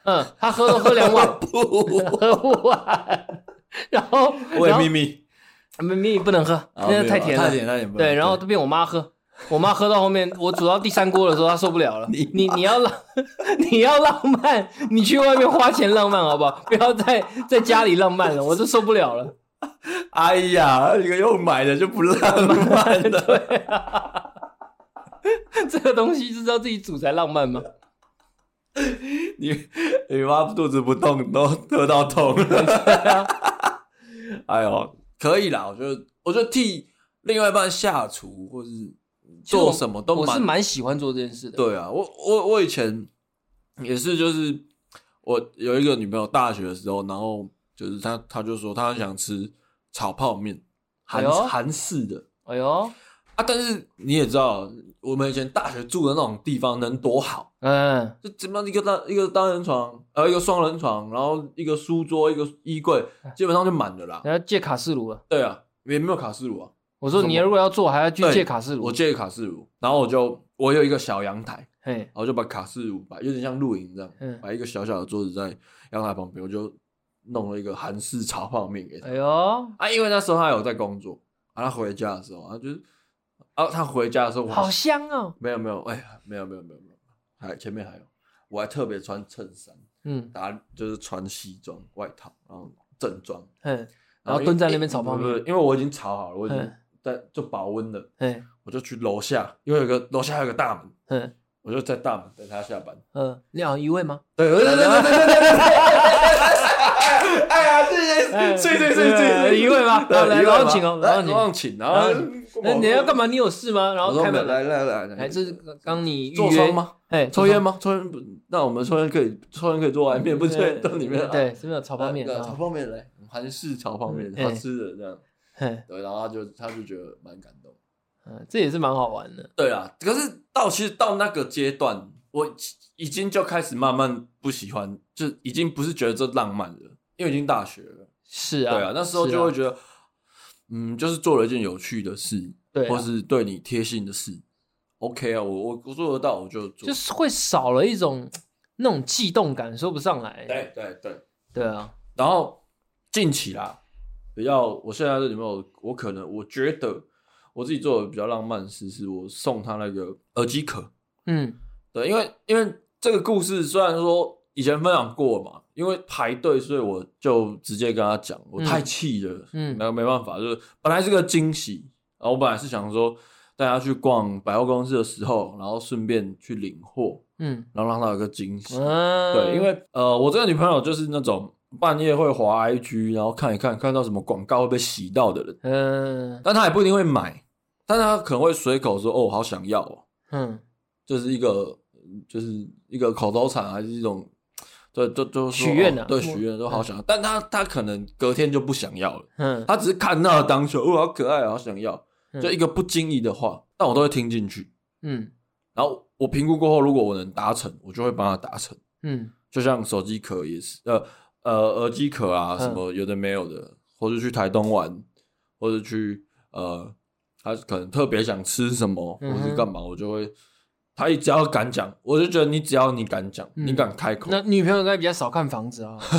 嗯，他喝都喝两碗，喝不完。然后喂咪咪， 咪咪不能喝，那个太甜了， 太甜太甜。 对，然后都变我妈喝，我妈喝到后面，我煮到第三锅的时候，她受不了了。你你你要浪，你要浪漫，你去外面花钱浪漫好不好？不要在在家里浪漫了，我都受不了了。 哎呀，那个用买的就不浪漫了。 对啊，这个东西是要自己煮才浪漫吗？ 你你妈肚子不痛都喝到痛了。哎呦，可以啦，我觉得我觉得替另外一半下厨或是做什么都蛮， 我是蛮喜欢做这件事的。 对啊，我我我以前也是，就是我有一个女朋友，大学的时候，然后就是她她就说她很想吃炒泡面，韩韩式的。 哎呦啊！但是你也知道，我们以前大学住的那种地方能多好，嗯，就怎么样一个单一个单人床，呃，一个双人床，然后一个书桌，一个衣柜，基本上就满了啦。 然后借卡式炉了。 对啊，也没有卡式炉啊。 我说你如果要做，还要去借卡式炉。 我借卡式炉，然后我就我有一个小阳台，嘿，然后就把卡式炉摆，有点像露营这样，嗯，摆一个小小的桌子在阳台旁边，我就弄了一个韩式炒泡面给他。哎呦，啊，因为那时候他有在工作，啊，他回家的时候，他就是。啊，他回家的时候， 好香哦！ 没有没有，哎呀，没有没有没有没有，还前面还有，我还特别穿衬衫，嗯，打就是穿西装外套，然后正装，嗯， 然后蹲在那边炒泡面， 因为我已经炒好了，我已经在就保温了，嗯，我就去楼下，因为有个楼下还有个大门，嗯，我就在大门等他下班， 嗯，你好一位吗？ 对对对对对对对对。哎呀，对对对对对对， 一位吗？来，老王请哦，老王请， 老王请，然后那你要干嘛？你有事吗？然后开门， 来来来来，这是刚你做窗吗？ 哎， 抽烟吗？抽烟不？那我们抽烟可以，抽烟可以坐外面，不是到里面？ 对，是不是炒泡面？ 炒泡面来，韩式炒泡面，好吃的这样。对，然后他就他就觉得蛮感动， 嗯，这也是蛮好玩的。 对啊，可是到其实到那个阶段，我已经就开始慢慢不喜欢，就已经不是觉得这浪漫了。因为已经大学了， 是啊， 对啊，那时候就会觉得，啊、嗯，就是做了一件有趣的事，对、啊，或是对你贴心的事 ，OK 啊，我我我做得到，我就做， 就是会少了一种那种悸动感，说不上来。 对对对对啊， 然后近期啦，比较我现在这里面有，我可能我觉得我自己做的比较浪漫的事，是我送他那个耳机壳，嗯，对，因为因为这个故事虽然说以前分享过嘛。因为排队，所以我就直接跟他讲，我太气了，嗯，没没办法，就是本来是个惊喜，然后我本来是想说带他去逛百货公司的时候，然后顺便去领货，嗯，然后让他有个惊喜，嗯，对，因为呃，我这个女朋友就是那种半夜会滑 I G， 然后看一看，看到什么广告会被洗到的人，嗯，但他也不一定会买，但他可能会随口说，哦，好想要哦，嗯，就是一个就是一个口头禅，还是一种。对，就就许愿的， 对，许愿都好想要，但他他可能隔天就不想要了，嗯，他只是看到当时，哦，好可爱，好想要，就一个不经意的话，但我都会听进去，嗯，然后我评估过后，如果我能达成，我就会帮他达成，嗯，就像手机壳也是，呃呃，耳机壳啊，什么有的没有的，或者去台东玩，或者去呃，他可能特别想吃什么，或是干嘛，我就会。他只要敢讲，我就觉得你只要你敢讲，嗯、你敢开口。 那女朋友应该比较少看房子啊、哦。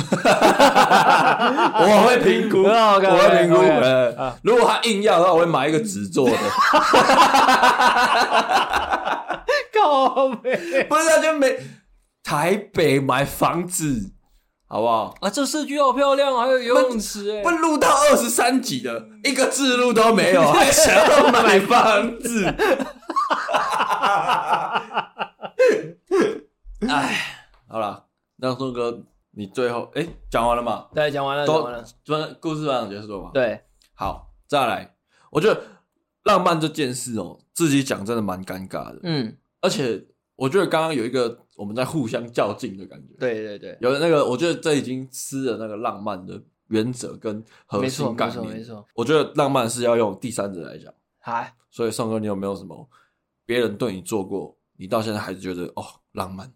我会评估，我会评估。呃，如果他硬要的话，我会买一个纸做的。 靠北， 不是他就没台北买房子，好不好？ 啊，这社区好漂亮，还有游泳池哎。 不录到二十三集了，一个字录都没有，还想要买房子。哎，好了，那松哥，你最后哎讲完了吗？ 对，讲完了，讲完了， 故事完结束了吗？ 对， 好，再来。我觉得浪漫这件事哦，自己讲真的蛮尴尬的。嗯，而且我觉得刚刚有一个我们在互相较劲的感觉。 对对对， 有那个，我觉得这已经吃了那个浪漫的原则跟核心概念。 没错，没错，没错。 我觉得浪漫是要用第三者来讲。 好， 所以宋哥，你有没有什么别人对你做过，你到现在还是觉得哦浪漫？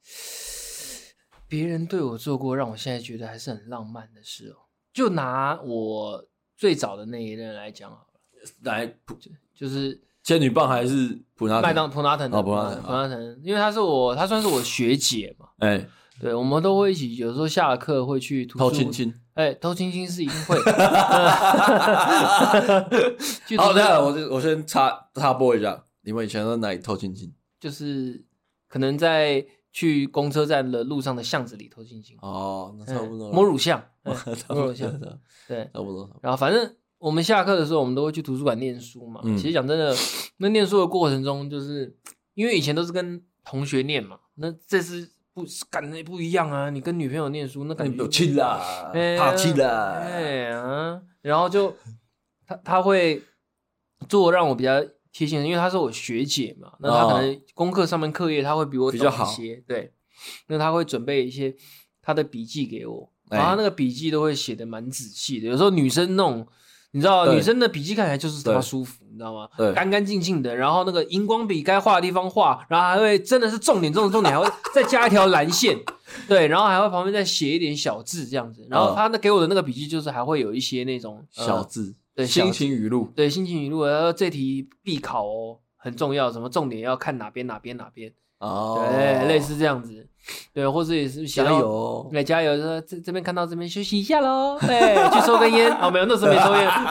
别人对我做过，让我现在觉得还是很浪漫的事哦。就拿我最早的那一任来讲好了， 来就就是仙女棒还是普拿麦当普拿藤哦普拿藤普拿藤，因为她是我，她算是我学姐嘛。哎、欸， 对，我们都会一起，有时候下了课会去图书偷亲亲。 哎、欸，偷亲亲是一定会。 好，等一下我我先插插播一下，你们以前在哪里偷亲亲？ 就是可能在去公车站的路上的巷子里偷亲亲。 哦，那差不多。 摸乳巷， 摸乳巷，对， 差不多。 然后反正我们下课的时候，我们都会去图书馆念书嘛。嗯、其实讲真的，那念书的过程中，就是因为以前都是跟同学念嘛，那这次。不感觉不一样啊！你跟女朋友念书，那感觉有气啦，怕气啦， 哎呀，然后就他他会做让我比较贴心的，因为她是我学姐嘛，那她可能功课上面课业她会比我懂一些，对，那她会准备一些她的笔记给我，然后她那个笔记都会写的蛮仔细的，有时候女生那种。你知道女生的笔记看起来就是他妈舒服，你知道吗？对，干干净净的，然后那个荧光笔该画的地方画，然后还会真的是重点中的重点，还会再加一条蓝线，对，然后还会旁边再写一点小字这样子。然后他那给我的那个笔记就是还会有一些那种小字， 对， 心情语录， 对，心情语录。然后这题必考哦，很重要，什么重点要看哪边哪边哪边。哦，对，类似这样子，对，或者也是想加油， 对，加油，说这这边看到这边休息一下咯，对，去抽根烟，哦，没有，那时候没抽烟，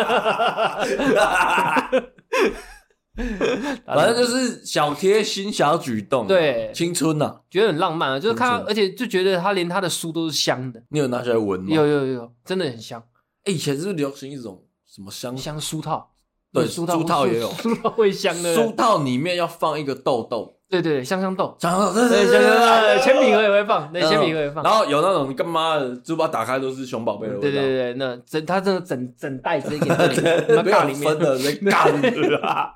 反正就是小贴心、小举动， 对， 青春啊， 觉得很浪漫啊，就是看，而且就觉得他连他的书都是香的， 你有拿起来闻吗？ 有有有，真的很香。 哎，以前是不是流行一种什么香香书套？ 对，书套, 书套也有， 书套会香的， 书套里面要放一个豆豆。 对对对，香香豆， 香香豆， 对香香豆，铅笔盒也会放，对，铅笔盒也放。 然后有那种你干嘛就把它打开都是熊宝贝的味道。 对对对，那整它真的整整袋直接给你， 没有分的，在干的啊！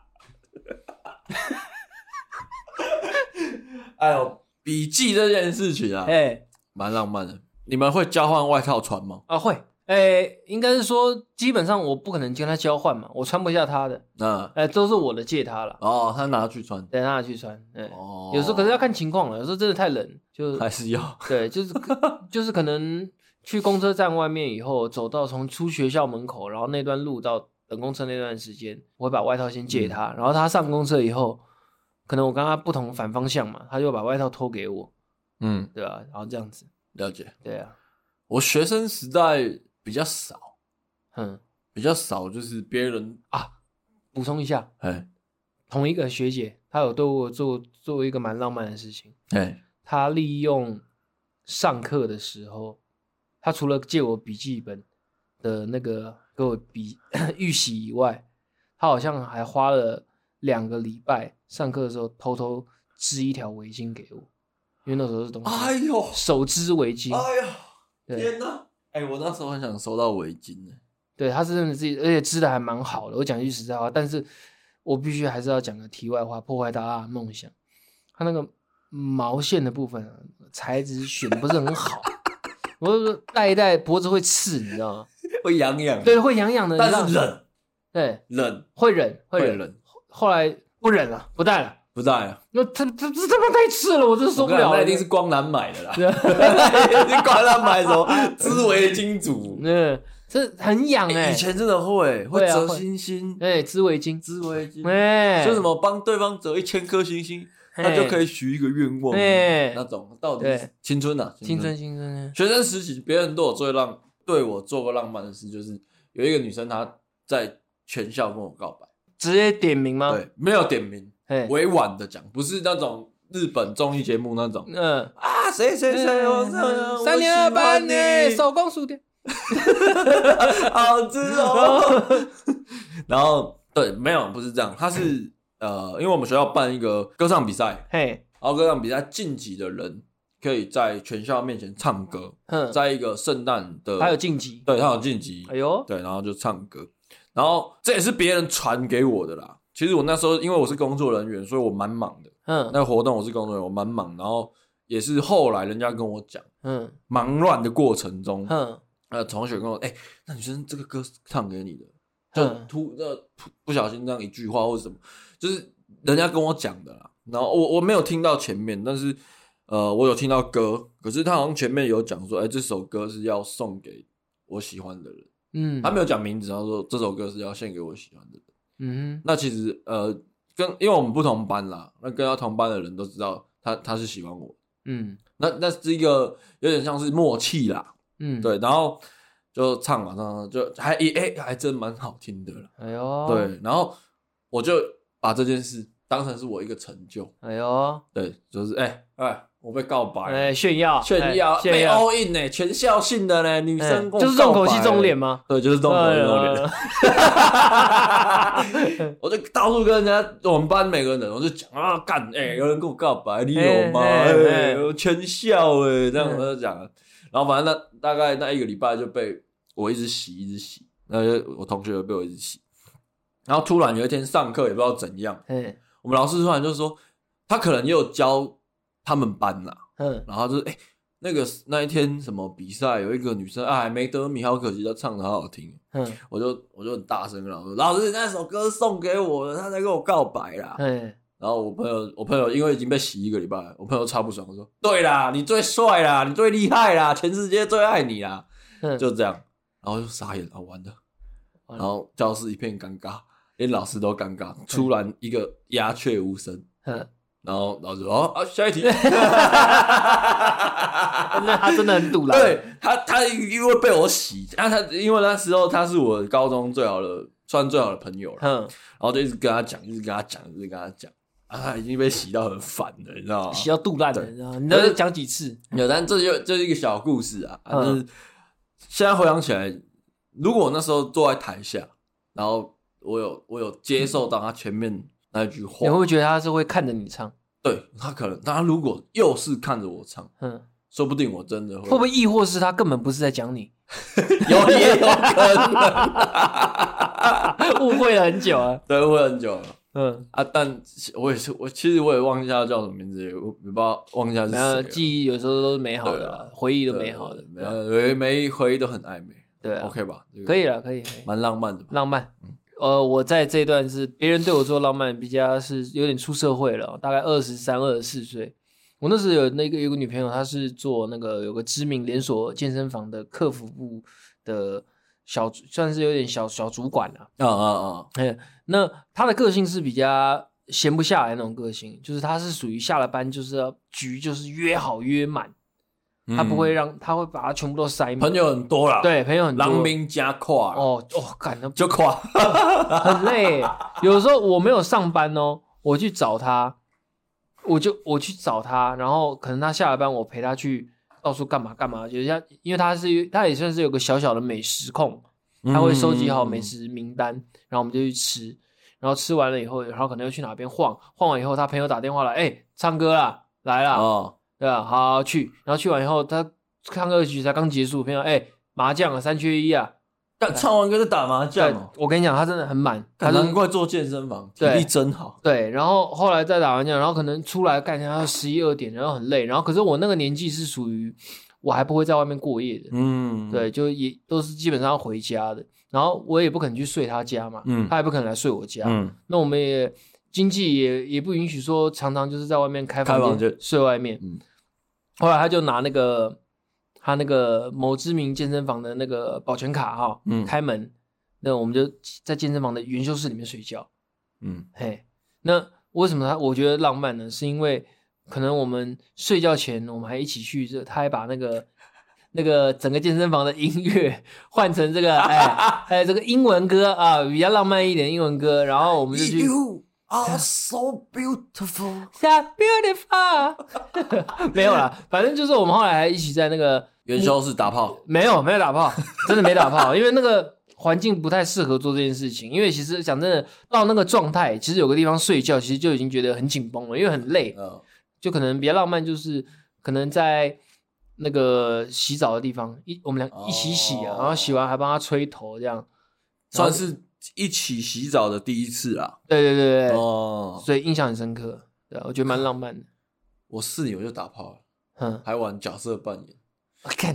哎呦，笔记这件事情啊，哎，蛮浪漫的。你们会交换外套穿吗？ 啊，会。诶，应该是说，基本上我不可能跟他交换嘛，我穿不下他的，嗯，诶，都是我的借他了。 哦，他拿去穿， 对，他拿去穿。哦，有时候可是要看情况了，有时候真的太冷，就还是要。 对，就是就是可能去公车站外面以后，走到从出学校门口，然后那段路到等公车那段时间，我会把外套先借他，嗯、然后他上公车以后，可能我跟他不同反方向嘛，他就把外套偷给我，嗯，对吧、啊？然后这样子， 了解。 对啊， 我学生时代。比较少，嗯，比较少，就是别人啊，补充一下，哎，同一个学姐，她有对我做做一个蛮浪漫的事情，哎，她利用上课的时候，她除了借我笔记本的那个给我笔预习以外，她好像还花了两个礼拜上课的时候偷偷织一条围巾给我，因为那时候是冬天，哎呦，手织围巾， 哎呦，天哪！哎、欸，我那时候很想收到围巾呢。 对，他是真的自己，而且织的还蛮好的。我讲一句实在话，但是我必须还是要讲个题外话，破坏大家的梦想。他那个毛线的部分、啊、材质选不是很好，我戴一戴脖子会刺，你知道吗？ 会痒痒。 对，会痒痒的。 但是冷， 对， 冷会忍，会忍。 会忍后来不忍了，不戴了。 不戴啊！ 那他他这他妈太刺了，我真受不了了。 那一定是光南买的啦，一定光南买什么织围巾组， 嗯，这很痒哎、欸。 以前真的会会折星星， 哎、欸，织围巾， 织围巾， 哎、欸， 就什么帮对方折一千颗星星，他、欸、就可以许一个愿望，哎、欸，那种到底是青春啊， 青春青春。 学生时期，别人都有最浪对我做过浪漫的事，就是有一个女生她在全校跟我告白， 直接点名吗？ 对，没有点名。委婉的讲，不是那种日本综艺节目那种。嗯啊，谁谁谁，我三年二班呢，手工书店， 好吃哦。然后对，没有，不是这样，他是呃，因为我们学校办一个歌唱比赛，嘿，然后歌唱比赛晋级的人可以在全校面前唱歌，嗯，在一个圣诞的， 还有晋级， 对，他有晋级，哎呦，对，然后就唱歌，然后这也是别人传给我的啦。其实我那时候因为我是工作人员，所以我蛮忙的。嗯，那个活动我是工作人员，我蛮忙。然后也是后来人家跟我讲，嗯，忙乱的过程中，嗯，呃，同学跟我，哎、欸，那女生这个歌唱给你的，就突呃不小心这样一句话或者什么，就是人家跟我讲的啦。然后我我没有听到前面，但是呃，我有听到歌，可是他好像前面有讲说，哎、欸，这首歌是要送给我喜欢的人。嗯，他没有讲名字，他说这首歌是要献给我喜欢的人。嗯，那其实呃，跟因为我们不同班啦，那跟他同班的人都知道他他是喜欢我， 嗯，那那是一个有点像是默契啦，嗯，对，然后就唱嘛，唱就还哎、欸、还真蛮好听的了，哎呦，对，然后我就把这件事当成是我一个成就，哎呦，对，就是哎哎。欸我被告白， 哎，炫耀， 炫耀，被 all in 呢、欸，全校性的呢、欸，女生跟我告白、欸、 就是重口戏重脸吗？ 对，就是重口戏重脸。我就到处跟人家，我们班每个人，我就讲啊，干，哎、欸，有人跟我告白，你有吗？哎、欸，全校哎、欸，这样我就讲，然后反正那大概那一个礼拜就被我一直洗，一直洗，然后我同学被我一直洗，然后突然有一天上课也不知道怎样，我们老师突然就说，他可能也有教。他们班啦、啊，嗯，然后就是哎、欸，那个那一天什么比赛，有一个女生啊还没得名，好可惜，她唱得好好听，嗯，我就我就很大声跟老师说，老师那首歌送给我的，他在跟我告白啦，嗯，然后我朋友我朋友因为已经被洗一个礼拜，我朋友超不爽，我说对啦，你最帅啦，你最厉害啦，全世界最爱你啦，嗯，就这样，然后就傻眼了，完了，然后教室一片尴尬，连老师都尴尬，突然一个鸦雀无声，嗯。然后老师说：“哦啊，下一题。”那他真的很堵啦。 对他，他因为被我洗，啊，他因为那时候他是我高中最好的，算最好的朋友了。嗯，然后就一直跟他讲，一直跟他讲，一直跟他讲。啊，他已经被洗到很烦了，你知道吗？ 洗到肚烂了，你知道吗？你都讲几次？ 有，但这就就是一个小故事啊。嗯、就是现在回想起来，如果我那时候坐在台下，然后我有我有接受到他前面。那句话， 你会不会觉得他是会看着你唱？ 对，他可能，他如果又是看着我唱，嗯，说不定我真的会。 会不会亦或是他根本不是在讲你？ 有也有可能， 误会了很久啊。 对，误会了很久了。嗯啊，但我也是，我其实我也忘记他叫什么名字，我不知道忘记他是谁。 记忆有时候都是美好的啦，回忆都美好的， 每每回忆都很暧昧。 对 ，OK 吧？ 可以了，可以， 蛮浪漫的， 浪漫。嗯。呃，我在这一段是别人对我做浪漫，比较是有点出社会了，大概二十三、二十四岁。我那时有那个有个女朋友，她是做那个有个知名连锁健身房的客服部的小，算是有点小小主管了。啊啊啊！哎，那她的个性是比较闲不下来那种个性，就是她是属于下了班就是要局就是约好约满。他不会让，他会把它全部都塞满。 朋友很多啦， 对，朋友很多， 狼兵加跨哦哦，干的就跨， 很累。有时候我没有上班哦，我去找他，我就我去找他，然后可能他下了班，我陪他去到处干嘛干嘛。就像因为他是他也算是有个小小的美食控，他会收集好美食名单，然后我们就去吃，然后吃完了以后，然后可能又去哪边晃，晃完以后，他朋友打电话来，哎、欸，唱歌啦，来啦。哦对啊，好, 好去，然后去完以后，他唱歌曲才刚结束，朋友哎，麻将啊，三缺一啊， 但唱完歌就打麻将哦。 我跟你讲，他真的很满，他难怪做健身房，体力真好。 对，然后后来再打麻将，然后可能出来干一下要十一二点，然后很累，然后可是我那个年纪是属于我还不会在外面过夜的，嗯，对，就也都是基本上要回家的，然后我也不可能去睡他家嘛，嗯，他也不可能来睡我家，嗯，那我们也经济也也不允许说常常就是在外面开房间睡外面，嗯。后来他就拿那个他那个某知名健身房的那个保全卡哈、哦嗯，开门，那我们就在健身房的研修室里面睡觉。嗯，嘿，那为什么他我觉得浪漫呢？是因为可能我们睡觉前我们还一起去，这他还把那个那个整个健身房的音乐换成这个哎哎这个英文歌啊，比较浪漫一点英文歌，然后我们就去。 Oh, so beautiful, so beautiful 没有啦，反正就是我们后来还一起在那个研修室打炮， 没有没有打炮，真的没打炮，因为那个环境不太适合做这件事情。因为其实讲真的，到那个状态，其实有个地方睡觉，其实就已经觉得很紧绷了，因为很累，嗯、就可能比较浪漫，就是可能在那个洗澡的地方，一我们俩一起洗啊，哦、然后洗完还帮他吹头，这样算是。一起洗澡的第一次啦， 对对对对，哦，所以印象很深刻，对啊，我觉得蛮浪漫的。 我四年我就打炮了，嗯，还玩角色扮演， 看，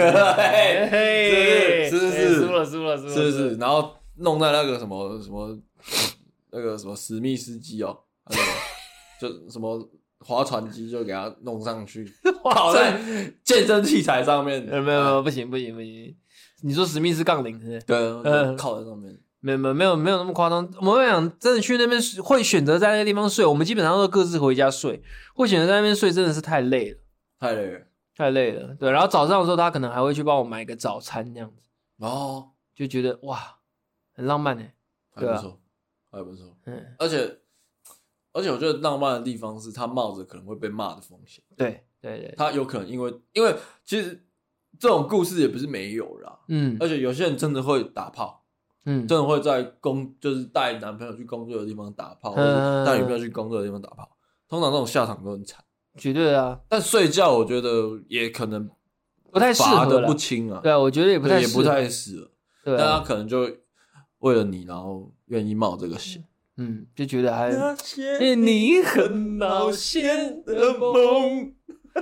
是是是， 输了输了输了， 是是，然后弄在那个什么什么那个什么史密斯机哦，那个就什么划船机就给它弄上去，跑在健身器材上面， 没有没有不行不行不行，你说史密斯杠铃是不是？ 对，嗯，靠在上面。 没有没有没有没有那么夸张。我们讲真的去那边会选择在那个地方睡，我们基本上都各自回家睡。会选择在那边睡真的是太累了。 太累了， 太累了。对，然后早上的时候他可能还会去帮我买个早餐这样子， 哦， 就觉得哇，很浪漫哎， 还不错，啊、还不错。嗯，而且而且我觉得浪漫的地方是他冒着可能会被骂的风险。 对对对， 他有可能因为因为其实这种故事也不是没有啦，嗯，而且有些人真的会打炮，嗯，真的会在工就是带男朋友去工作的地方打炮，或者带女朋友去工作的地方打炮，通常这种下场都很惨。 绝对啊， 但睡觉我觉得也可能不太适合， 罚的不轻啊。 对啊，我觉得也不太也不太适合。 对、啊， 但他可能就为了你，然后愿意冒这个险， 嗯，就觉得还那些你很冒险的梦。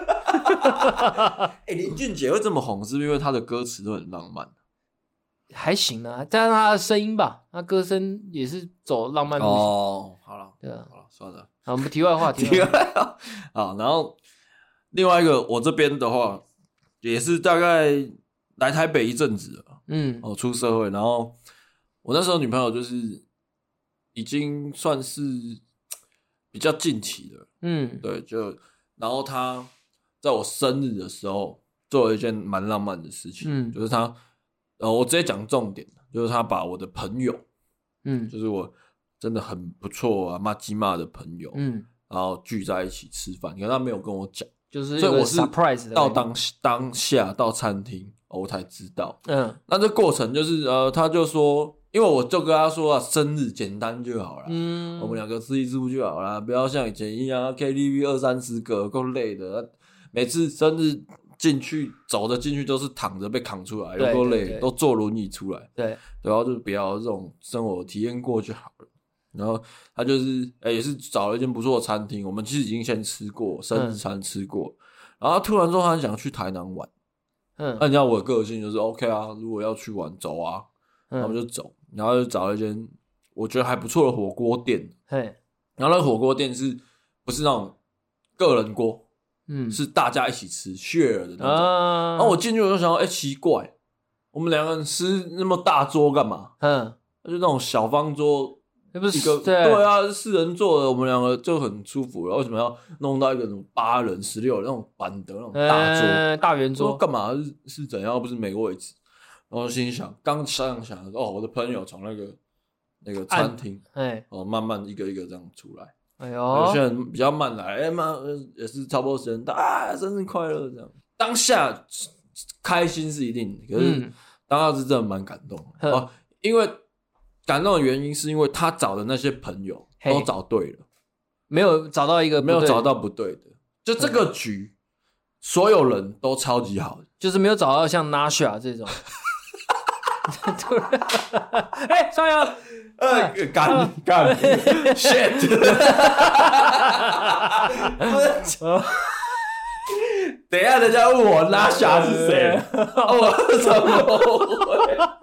哎、欸，林俊杰会这么红，是不是因为他的歌词都很浪漫？ 还行啊，加上他的声音吧，他歌声也是走浪漫路线。 哦，好了， 对啊， 好了，算了。 好，我们题外话，题外话。好，然后另外一个，我这边的话也是大概来台北一阵子了，嗯，哦，出社会，然后我那时候女朋友就是已经算是比较近期的，嗯，对，就然后她在我生日的时候做了一件蛮浪漫的事情，嗯，就是她，呃，我直接讲重点，就是她把我的朋友，嗯，就是我。真的很不错啊，骂鸡骂的朋友，嗯，然后聚在一起吃饭，可是他没有跟我讲， 就是所以我是 surprise 到当当下到餐厅、哦，我才知道，嗯，那这过程就是呃，他就说，因为我就跟他说啊，生日简单就好了，嗯，我们两个吃一出就好了，不要像以前一样 K T V 二三十个够累的，每次生日进去走的进去都是躺着被扛出来，有够累，都坐轮椅出来， 对， 然后就不要这种生活体验过就好了。然后他就是，欸、也是找了一间不错的餐厅，我们其实已经先吃过生日餐吃过，嗯、然后他突然说他很想去台南玩，嗯，那你知道我的个性就是 OK 啊，如果要去玩走啊，然后我们就走，然后就找了一间我觉得还不错的火锅店，嘿，然后那个火锅店是不是那种个人锅，嗯，是大家一起吃 share 的那种，啊、然后我进去我就想说，哎、欸，奇怪，我们两个人吃那么大桌干嘛？嗯，就那种小方桌。 那不是一个 对, 对啊，四人座的，我们两个就很舒服了。为什么要弄到一个什么八人、十六人那种板凳那种大桌、 欸、大圆桌？ 干嘛是是怎样？不是没位置。然后心想，刚想想哦，我的朋友从那个那个餐厅，哎，哦，慢慢一个一个这样出来。哎呦，有些人比较慢来，哎妈，也是差不多时间到啊，生日快乐这样。当下开心是一定的，可是、嗯、当下是真的蛮感动的、哦、因为。感动的原因是因为他找的那些朋友都找对了， 没有找到一个没有找到不对的，就这个局、嗯、所有人都超级好的， 就是没有找到像 Nasha 这种。哎、欸，张扬， 呃，干干 shit， 等一下人家问我 Nasha 是谁，我怎么会？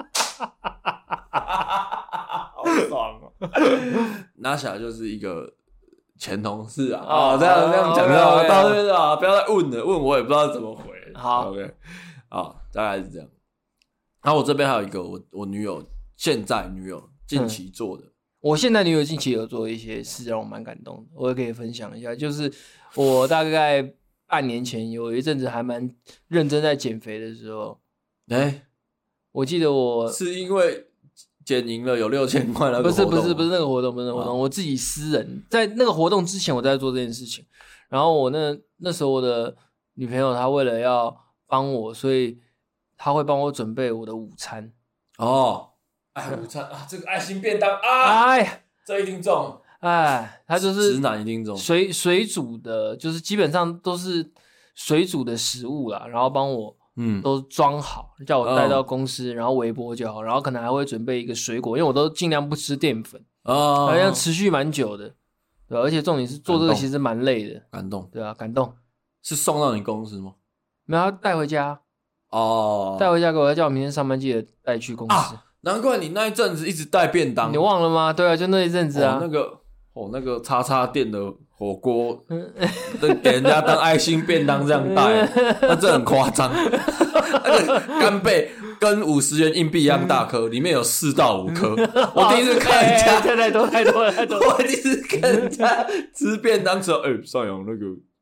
好爽哦！Nasha 就是一个前同事啊，哦，这样这样讲到到这边啊，不要再问了，问我也不知道怎么回。 好 ，OK， 啊，大概是这样。然后我这边还有一个我我女友现在女友近期做的、嗯， 我现在女友近期有做一些事让我蛮感动的，我也可以分享一下。就是我大概半年前有一阵子还蛮认真在减肥的时候，哎、欸，我记得我是因为。减赢了有六千块那个活动， 不是不是不是那个活动，不是那个活动，哦、我自己私人在那个活动之前我在做这件事情，然后我那那时候我的女朋友她为了要帮我，所以她会帮我准备我的午餐。 哦，哎，午餐啊，这个爱心便当啊，哎，这一定中， 哎，她就是直男一定中， 水水煮的，就是基本上都是水煮的食物啦，然后帮我。嗯，都装好，叫我带到公司，哦、然后微波就好，然后可能还会准备一个水果，因为我都尽量不吃淀粉，哦，好像持续蛮久的，对吧、啊？而且重点是做这个其实蛮累的， 感动， 对啊，感动， 是送到你公司吗？ 没有，他带回家， 哦， 带回家给我，叫我明天上班记得带去公司、 啊。难怪你那一阵子一直带便当， 你忘了吗？对啊，就那一阵子啊， 哦、那个哦，那个叉叉店的。火锅给人家当爱心便当这样带，那这很夸张。那个干贝跟五十元硬币一样大颗，里面有四到五颗。我第一次看人家太多太多太多， 我第一次看人家吃便当时候，哎、欸，上扬那个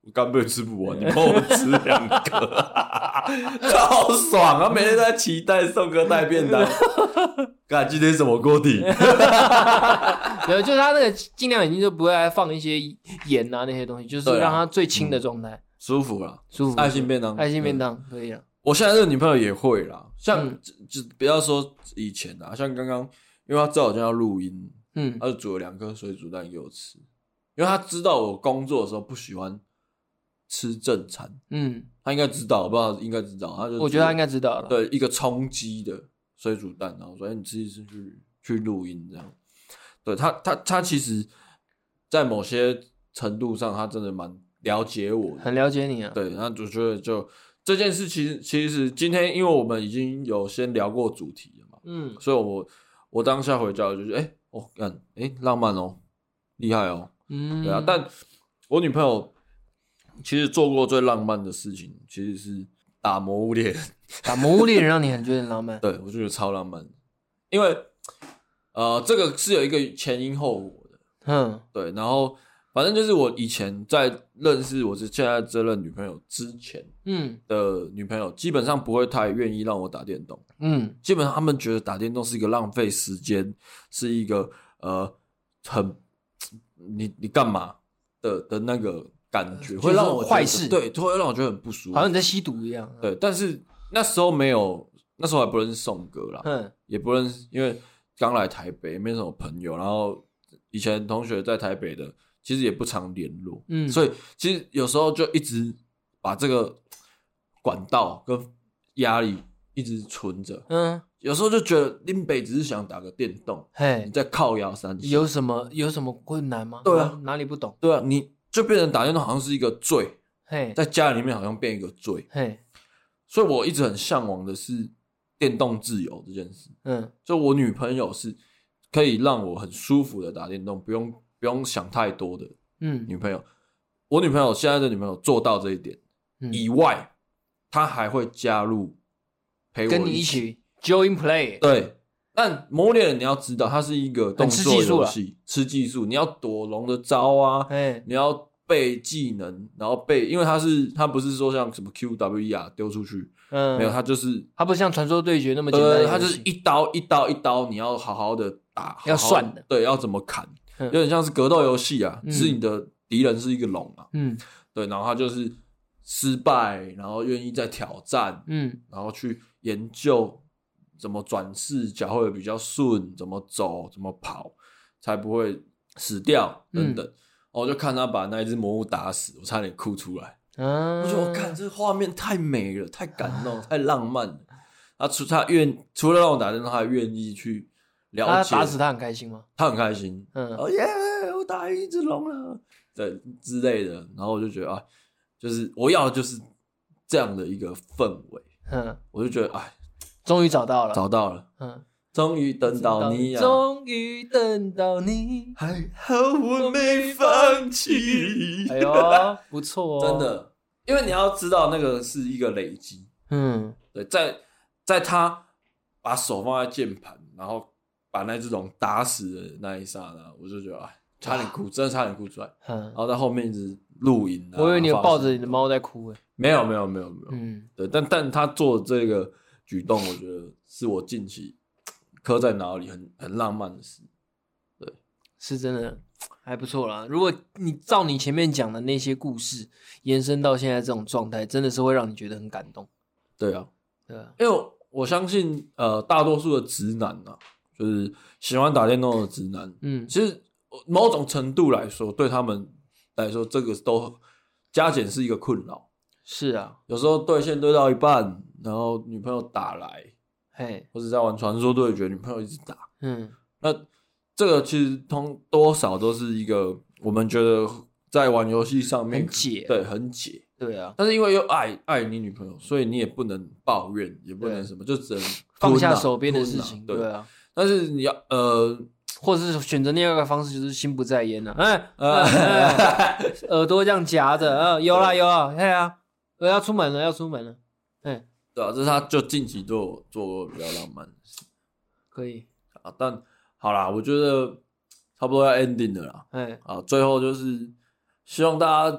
我干贝吃不完，你帮我吃两个，超爽啊！每天都在期待宋哥带便当。干今天什么锅底？ 没有，就是他那个尽量已经就不会放一些盐啊那些东西，就是让它最轻的状态、嗯， 舒服啦， 舒服。 爱心便当， 爱心便当可以了。 我现在这个女朋友也会啦，像、 嗯、 就不要说以前啦，像刚刚，因为她知道我今天要录音， 嗯， 她就煮了两颗水煮蛋给我吃，因为她知道我工作的时候不喜欢吃正餐，嗯，她应该知道，我不知道应该知道，她就我觉得她应该知道了， 对，一个充饥的水煮蛋，然后说、欸、你吃一吃去去录音这样，对她她她其实，在某些程度上，她真的蛮了解我的， 很了解你啊， 对，那我觉得就。这件事其实其实今天因为我们已经有先聊过主题了嘛，嗯，所以我我当下回家就是哎、欸、哦干哎、欸、浪漫哦，厉害哦，嗯，对啊，但我女朋友其实做过最浪漫的事情其实是打魔物猎人， 打魔物猎人让你很觉得很浪漫， 对我觉得超浪漫，因为呃这个是有一个前因后果的，嗯，对，然后。反正就是我以前在认识我是现在这任女朋友之前，嗯，的女朋友基本上不会太愿意让我打电动，嗯，基本上他们觉得打电动是一个浪费时间，是一个呃很你你干嘛的的那个感觉，会让我坏事， 对，会让我觉得很不舒服， 好像你在吸毒一样。 对，但是那时候没有，那时候还不认识宋哥啦，嗯，也不认识，因为刚来台北，没什么朋友，然后以前同学在台北的。其实也不常联络，嗯，所以其实有时候就一直把这个管道跟压力一直存着，嗯，有时候就觉得林北只是想打个电动，嘿，你在靠腰山， 有什么有什么困难吗？ 对啊， 哪里不懂？ 对啊，你就变成打电动好像是一个罪，嘿，在家里面好像变一个罪，嘿，所以我一直很向往的是电动自由这件事，嗯，就我女朋友是可以让我很舒服的打电动，不用。不用想太多的，嗯，女朋友，我女朋友现在的女朋友做到这一点、嗯、以外，她还会加入陪我一起跟你一起 join play。 对，但魔猎人你要知道，它是一个动作游戏，吃技术，你要躲龙的招啊，你要背技能，然后背，因为它是它不是说像什么 Q W E 啊丢出去，嗯，没有，它就是它不像传说对决那么简单的游戏， 呃，它就是一刀一刀一刀，你要好好的打，好好要算的， 对，要怎么砍。有点像是格斗游戏啊，嗯、是你的敌人是一个龙啊，嗯，对，然后他就是失败，然后愿意再挑战，嗯，然后去研究怎么转视角会比较顺，怎么走，怎么跑才不会死掉等等。嗯、我就看他把那一只魔物打死，我差点哭出来。啊、我觉得我看这画面太美了，太感动，太浪漫了。他除他愿除了让我打电动，他还愿意去。 他打死他很开心吗？ 他很开心，嗯，哦耶，我打赢一只龙了，对之类的，然后我就觉得啊，就是我要的就是这样的一个氛围，嗯，我就觉得哎， 终于找到了， 找到了，嗯，终于等到你呀、啊， 终于等到你， 还好我没放弃， 哎呦，不错哦， 真的，因为你要知道那个是一个累积，嗯，对，在在他把手放在键盘，然后。把那只龙打死的那一刹那，我就觉得哎，差点哭，真的差点哭出来。嗯，然后在后面一直录音、啊。 我以为你有抱着你的猫在哭诶。 没有没有没有没有。嗯，对，但但他做这个举动，我觉得是我近期刻在脑里很很浪漫的事。对， 是真的还不错啦。如果你照你前面讲的那些故事延伸到现在这种状态，真的是会让你觉得很感动。 对啊，对啊，因为我, 我相信呃，大多数的直男啊。就是喜欢打电动的直男，嗯，其实某种程度来说，对他们来说，这个都加减是一个困扰。 是啊， 有时候对线对到一半，然后女朋友打来，嘿，或者在玩传说对决，女朋友一直打，嗯，那这个其实通多少都是一个我们觉得在玩游戏上面很解， 对，很解， 对啊。 但是因为又爱爱你女朋友，所以你也不能抱怨，也不能什么，就只能放下手边的事情， 对, 对啊。 但是你要呃， 或者是选择另外一个方式，就是心不在焉了、啊。哎、呃呃，耳朵这样夹着，呃，有啦有啊，对啊，我要出门了，要出门了，哎， 对啊，这是他就近期对我做过比较浪漫的事， 可以啊，但好啦，我觉得差不多要 ending 了啦，哎，啊，最后就是希望大家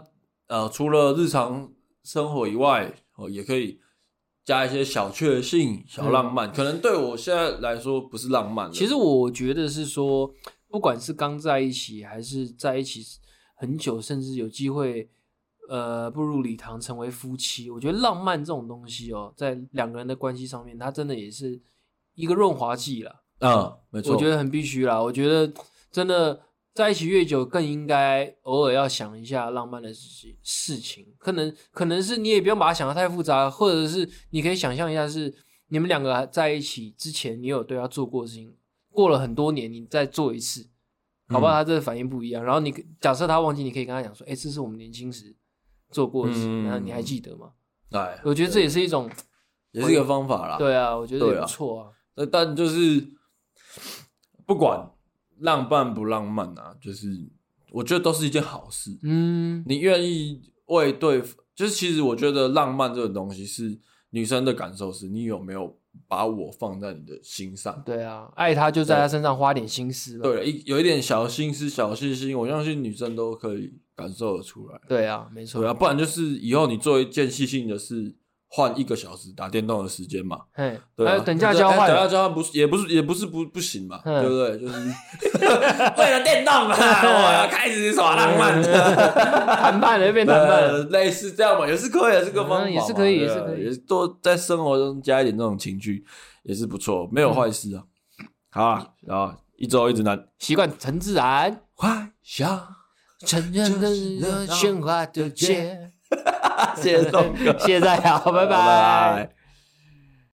呃，除了日常生活以外，哦，也可以加一些小确幸、小浪漫。嗯、可能对我现在来说不是浪漫了。 其实我觉得是说，不管是刚在一起，还是在一起很久，甚至有机会呃步入礼堂成为夫妻，我觉得浪漫这种东西哦，在两个人的关系上面，它真的也是一个润滑剂啦。 嗯，没错， 我觉得很必须啦。我觉得真的。在一起越久，更应该偶尔要想一下浪漫的事情。可能可能是你也不用把它想得太复杂，或者是你可以想象一下，是你们两个在一起之前，你有对他做过的事情，过了很多年，你再做一次，搞不好他这个反应不一样。嗯、然后你假设他忘记，你可以跟他讲说：“哎、欸，这是我们年轻时做过的事，然后、嗯、你还记得吗？” 哎， 我觉得这也是一种， 也是一个方法啦。 对啊，我觉得也不错啊。 啊但就是不管浪漫不浪漫啊，就是我觉得都是一件好事。嗯，你愿意为对，就是其实我觉得浪漫这个东西是女生的感受，是你有没有把我放在你的心上。 对啊，爱他就在他身上花点心思了。 对了，有一点小心思小细心，我相信女生都可以感受得出来。 对啊，没错。 对啊，不然就是以后你做一件细心的事，换一个小时打电动的时间嘛。 嘿， 对啊， 还有等价交换， 等价交换不是也不是也不是不不行嘛，对不对？就是为了电动啊，我要开始耍浪漫， 谈判了，变谈判了， 类似这样嘛，也是可以，也是个方法、嗯， 也是可以，也是可以， 也是多在生活中加一点这种情趣，也是不错，没有坏事啊。嗯、好啊，然后一周一直难， 习惯成自然， 快想承认的喧哗的街。 谢谢宋哥， 谢谢大家，拜拜。 拜拜。